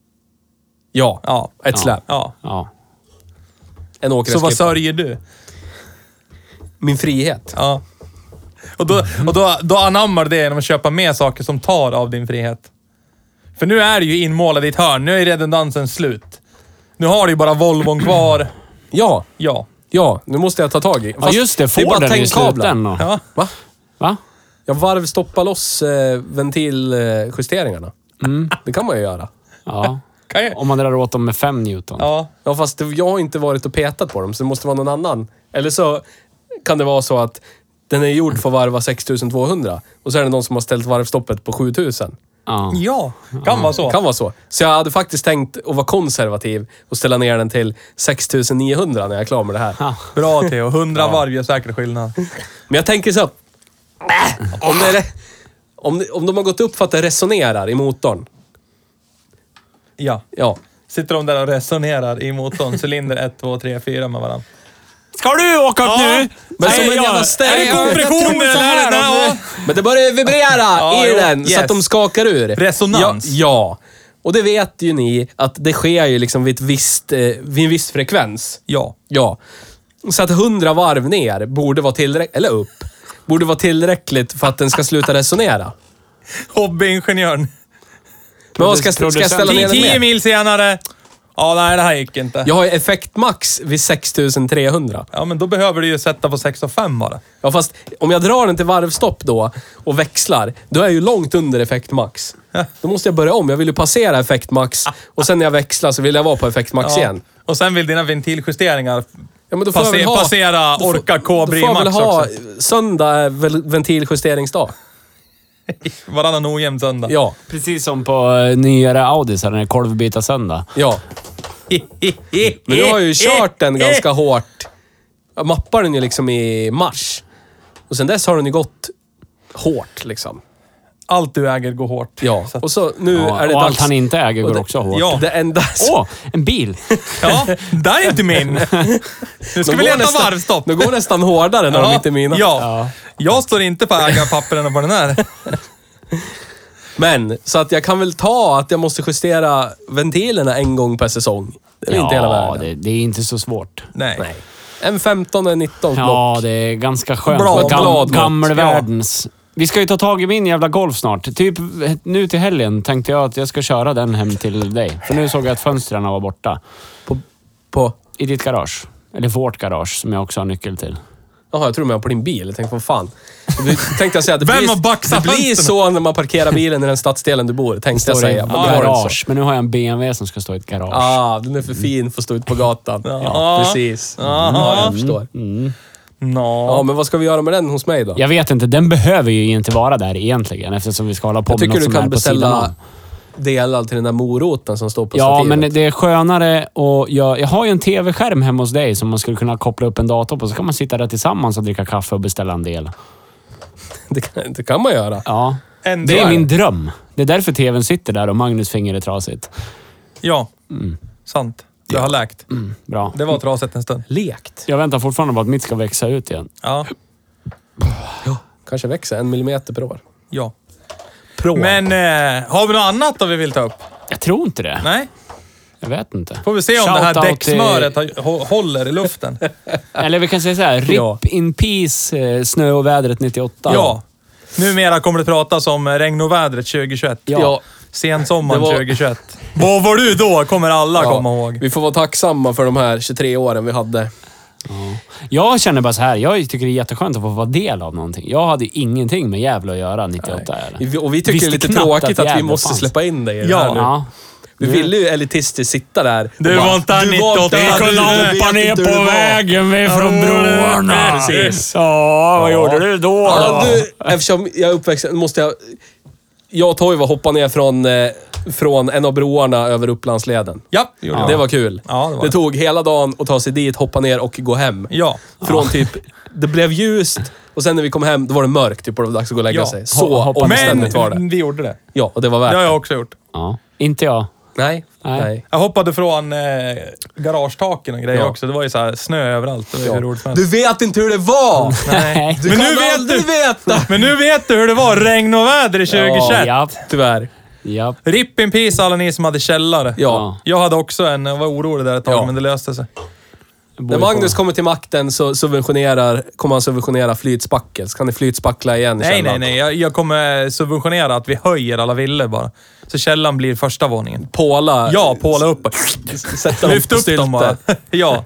Ja, Ja. ett släp. Ja. Ja. En Så vad åkgräsklippare. sörjer du? Min frihet. Ja. Och, då, och då, då anammar du det genom att köpa mer saker som tar av din frihet. För nu är du ju inmålad i ett hörn. Nu är redundansen slut. Nu har du ju bara Volvon kvar. Ja, Ja. ja, nu måste jag ta tag i. Ja, Fast just det. är bara Forden i tändkablar. slutändan. Ja. Va? Va? Jag varvstoppar loss eh, ventiljusteringarna. Mm. Det kan man ju göra. Ja. Kan jag? Om man drar åt dem med fem Newton. Ja. Ja, fast det- jag har inte varit och petat på dem, så det måste vara någon annan. Eller så kan det vara så att den är gjord för att varva sex tusen tvåhundra och så är det någon som har ställt varvstoppet på sju tusen. Ja. Ja, kan vara så. Kan vara så. Så jag hade faktiskt tänkt att vara konservativ och ställa ner den till sex tusen niohundra när jag är klar med det här. Ja. Bra Theo. Hundra varv gör säkert skillnad. Men jag tänker så. Om, det är, om, det, om de har gått upp för att det resonerar i motorn. Ja. Ja. Sitter de där och resonerar i motorn. Cylinder ett, två, tre, fyra med varandra. Ska du åka upp nu? Men som Nej, en jag- jävla Nej, stereo. jag- jag kompression tror så eller? här, Nej, om- Men det börjar vibrera Ja, i jo, den så yes. att de skakar ur. Resonans. Ja, ja. Och det vet ju ni att det sker ju liksom vid, ett visst, eh, vid en viss frekvens. Ja. Ja. Så att hundra varv ner borde vara tillräckligt, eller upp, borde vara tillräckligt för att den ska sluta resonera. Hobbyingenjören. Men vad ska, ska jag ställa ner den Tio mer? mil senare. Ja, nej det här gick inte. Jag har ju effektmax vid sex tusen trehundra. Ja, men då behöver du ju sätta på sex och fem bara. Ja, fast om jag drar den till varvstopp då och växlar, då är jag ju långt under effektmax. Då måste jag börja om. Jag vill ju passera effektmax och sen när jag växlar så vill jag vara på effektmax Ja. igen. Och sen vill dina ventiljusteringar Ja, men då får jag passe- väl ha, passera då får- Orca K Då får jag väl Max ha också. söndag är väl ventiljusteringsdag. Varannan ojämn söndag. Ja, Precis som på eh, nyare Audi, så är det en kolvbyta söndag. ja. Men nu har jag ju kört den ganska hårt. Jag mappar den ju liksom i mars. Och sen dess har den ju gått hårt liksom. Allt du äger går hårt. Ja, Så att- och så nu Ja, är det och dags. allt han inte äger och går det- också hårt. Ja. Det enda... Åh, en bil! Ja, där är inte min. Nu ska De vi går leta nästan- varvstopp. De går nästan hårdare när de inte är mina. Ja. Jag står inte på ägarpapperna på den här. Men, så att jag kan väl ta att jag måste justera ventilerna en gång per säsong. Det är väl inte hela Ja, världen. det, det är inte så svårt. Nej. Nej. En femton, en nitton block. Ja, det är ganska skönt. Blad, Gam, blad, gammelvärldens. Vi ska ju ta tag i min jävla golf snart. Typ nu till helgen tänkte jag att jag ska köra den hem till dig. För nu såg jag att fönstren var borta. På, på... I ditt garage. Eller vårt garage, som jag också har nyckel till. Jaha, jag tror de är på din bil. Jag tänkte, vad fan. Du tänkte jag säga, det Vem blir, har baxat det blir fönstren? så när man parkerar bilen i den stadsdelen du bor, tänkte jag Står i säga. ett Men det var det inte garage. så. Men nu har jag en B M W som ska stå i ett garage. Ah, den är för fin för att stå ute på gatan. Ja, precis. Ja, jag förstår. Nå. Ja, men vad ska vi göra med den hos mig då? Jag vet inte, den behöver ju inte vara där egentligen eftersom vi ska hålla på Jag med tycker något du som är kan på sidan beställa om. delar till den där moroten som står på Ja, stativet. men det är skönare och jag, jag har ju en tv-skärm hemma hos dig som man skulle kunna koppla upp en dator på. Så kan man sitta där tillsammans och dricka kaffe och beställa en del. Det kan, det kan man göra. Ja. En Det är del. min dröm. Det är därför tvn sitter där och Magnus finger är trasigt. Ja, sant. Jag har läkt. Bra. Det var trasigt en stund. Lekt. Jag väntar fortfarande på att mitt ska växa ut igen. Ja. Kanske växer en millimeter per år. Ja. Pro. Men eh, har vi något annat då vi vill ta upp? Jag tror inte det. Nej? Jag vet inte. Får vi se om det här Shoutout däcksmöret har- hå- håller i luften. Eller vi kan säga så här. RIP Ja. in peace, eh, snö och vädret nittioåtta. Ja. Numera kommer det pratas om regn och vädret tjugohundratjugoett. Ja. Sensommaren Det var- tjugohundratjugoett. Vad var du då? Kommer alla komma ihåg. Vi får vara tacksamma för de här tjugotre åren vi hade. Jag känner bara så här. Jag tycker det är jätteskönt att få vara del av någonting. Jag hade ingenting med Gävle att göra nittioåtta. Eller? Vi- Och vi tycker Visste det är lite knappt tråkigt att att, vi Gävle måste fanns. släppa in dig i det Ja. här nu. Ja. Vi ville ju elitistiskt sitta där. Du och var inte du nittioåtta. inte- Vi du kollade vet hoppa ner inte hur på det var. vägen vi från broarna. Precis. Ja, vad gjorde du då? Ja, då? du, eftersom jag är uppväxt, måste jag... Jag och Toivo hoppade ner från, eh, från en av broarna över Upplandsleden. Ja, gjorde Det jag. var kul. Ja, det var det det. tog hela dagen att ta sig dit, hoppa ner och gå hem. Ja. Från typ... Det blev ljust och sen när vi kom hem, då var det mörkt. Typ, och det var dags att gå och lägga Ja. sig. Så Hoppa- omständigt var det. Men vi gjorde det. Ja, och det var värt Det har det. jag också gjort. Ja. Inte jag. Nej. Nej. Nej. Jag hoppade från eh, garagetaken och grejer Ja. också. Det var ju så här snö överallt. Det var ju hur roligt som Du helst. vet inte hur det var! Nej. Du Men kan nu vet aldrig du- veta! Men nu vet du hur det var. Regn och väder i tjugohundratjugoett. Ja. Tyvärr. Ja. Rip in peace alla ni som hade källare. Ja. Jag hade också en. Jag var orolig där ett tag, Ja. men det löste sig. När Magnus kommer till makten så subventionerar, kommer han subventionera flytspackel. Så kan ni flytspackla igen i Nej, nej, källaren. nej. Jag, jag kommer subventionera att vi höjer alla villor bara. Så källan blir första våningen. Påla. Ja, påla upp och Sätta dem lyft på upp stylter. dem bara. Ja.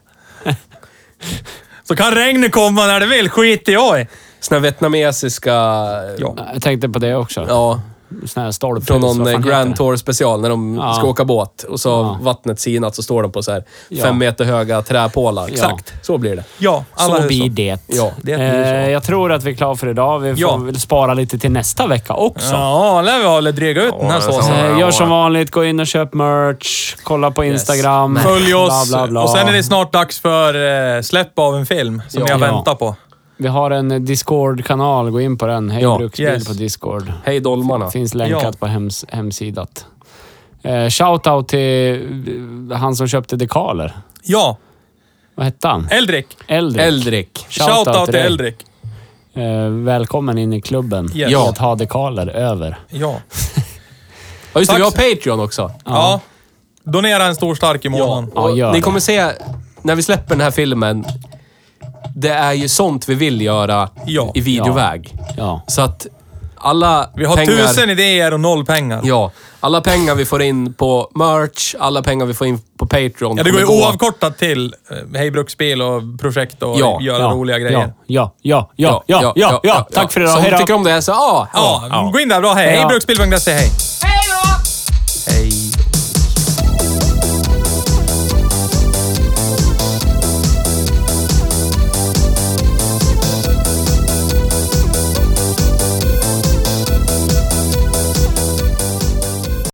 Så kan regnet komma när det vill. Skiter jag i. Såna här vietnamesiska... Ja. Jag tänkte på det också. Ja, Sån här stolphus. från någon vad fan eh, heter Grand det? Tour special när de Ja. ska åka båt. Och så Ja. har vattnet sinat så står de på så här Ja. fem meter höga träpålar. Exakt. Så blir det. Ja, alla Så är blir så. det. Ja, det blir så. Eh, jag tror att vi är klara för idag. Vi får Ja. väl spara lite till nästa vecka också. Ja, lär vi hålla dryga ut den här såsen. Eh, gör som vanligt, gå in och köp merch, kolla på Instagram. Följ oss. Bla, bla, bla. Och sen är det snart dags för eh, släpp av en film som Ja. jag Ja. väntar på. Vi har en Discord-kanal, gå in på den. Hej Ja. Bruksbil Yes. på Discord. Hej Dolmarna. Finns länkat Ja. på hems hemsidat. Eh, shoutout till eh, han som köpte dekaler. Ja, Vad hette han? Eldrik. Eldrik. Eldrik. Shoutout till dig. Eldrik. Eh, välkommen in i klubben. Yes. I att ha dekaler över. Ja. Ja, just det, vi har Tack. Patreon också. Ja. Donera en stor stark i månaden. Ja, Och gör ni det. kommer se, när vi släpper den här filmen, det är ju sånt vi vill göra Ja. i videoväg. Ja. Så att alla Vi har pengar... tusen idéer och noll pengar. Ja, alla pengar vi får in på merch, alla pengar vi får in på Patreon. Ja, det går ju kommer gå- oavkortat till eh, Hej Bruksbil och projekt och Ja, göra ja, roliga grejer. Ja, ja, ja, ja, ja, ja, ja. Tack för idag. Som Hej då. tycker om det, så ja. Ja, gå in där. Bra. Hej. Ja. Hej Bruksbil punkt se. Hej.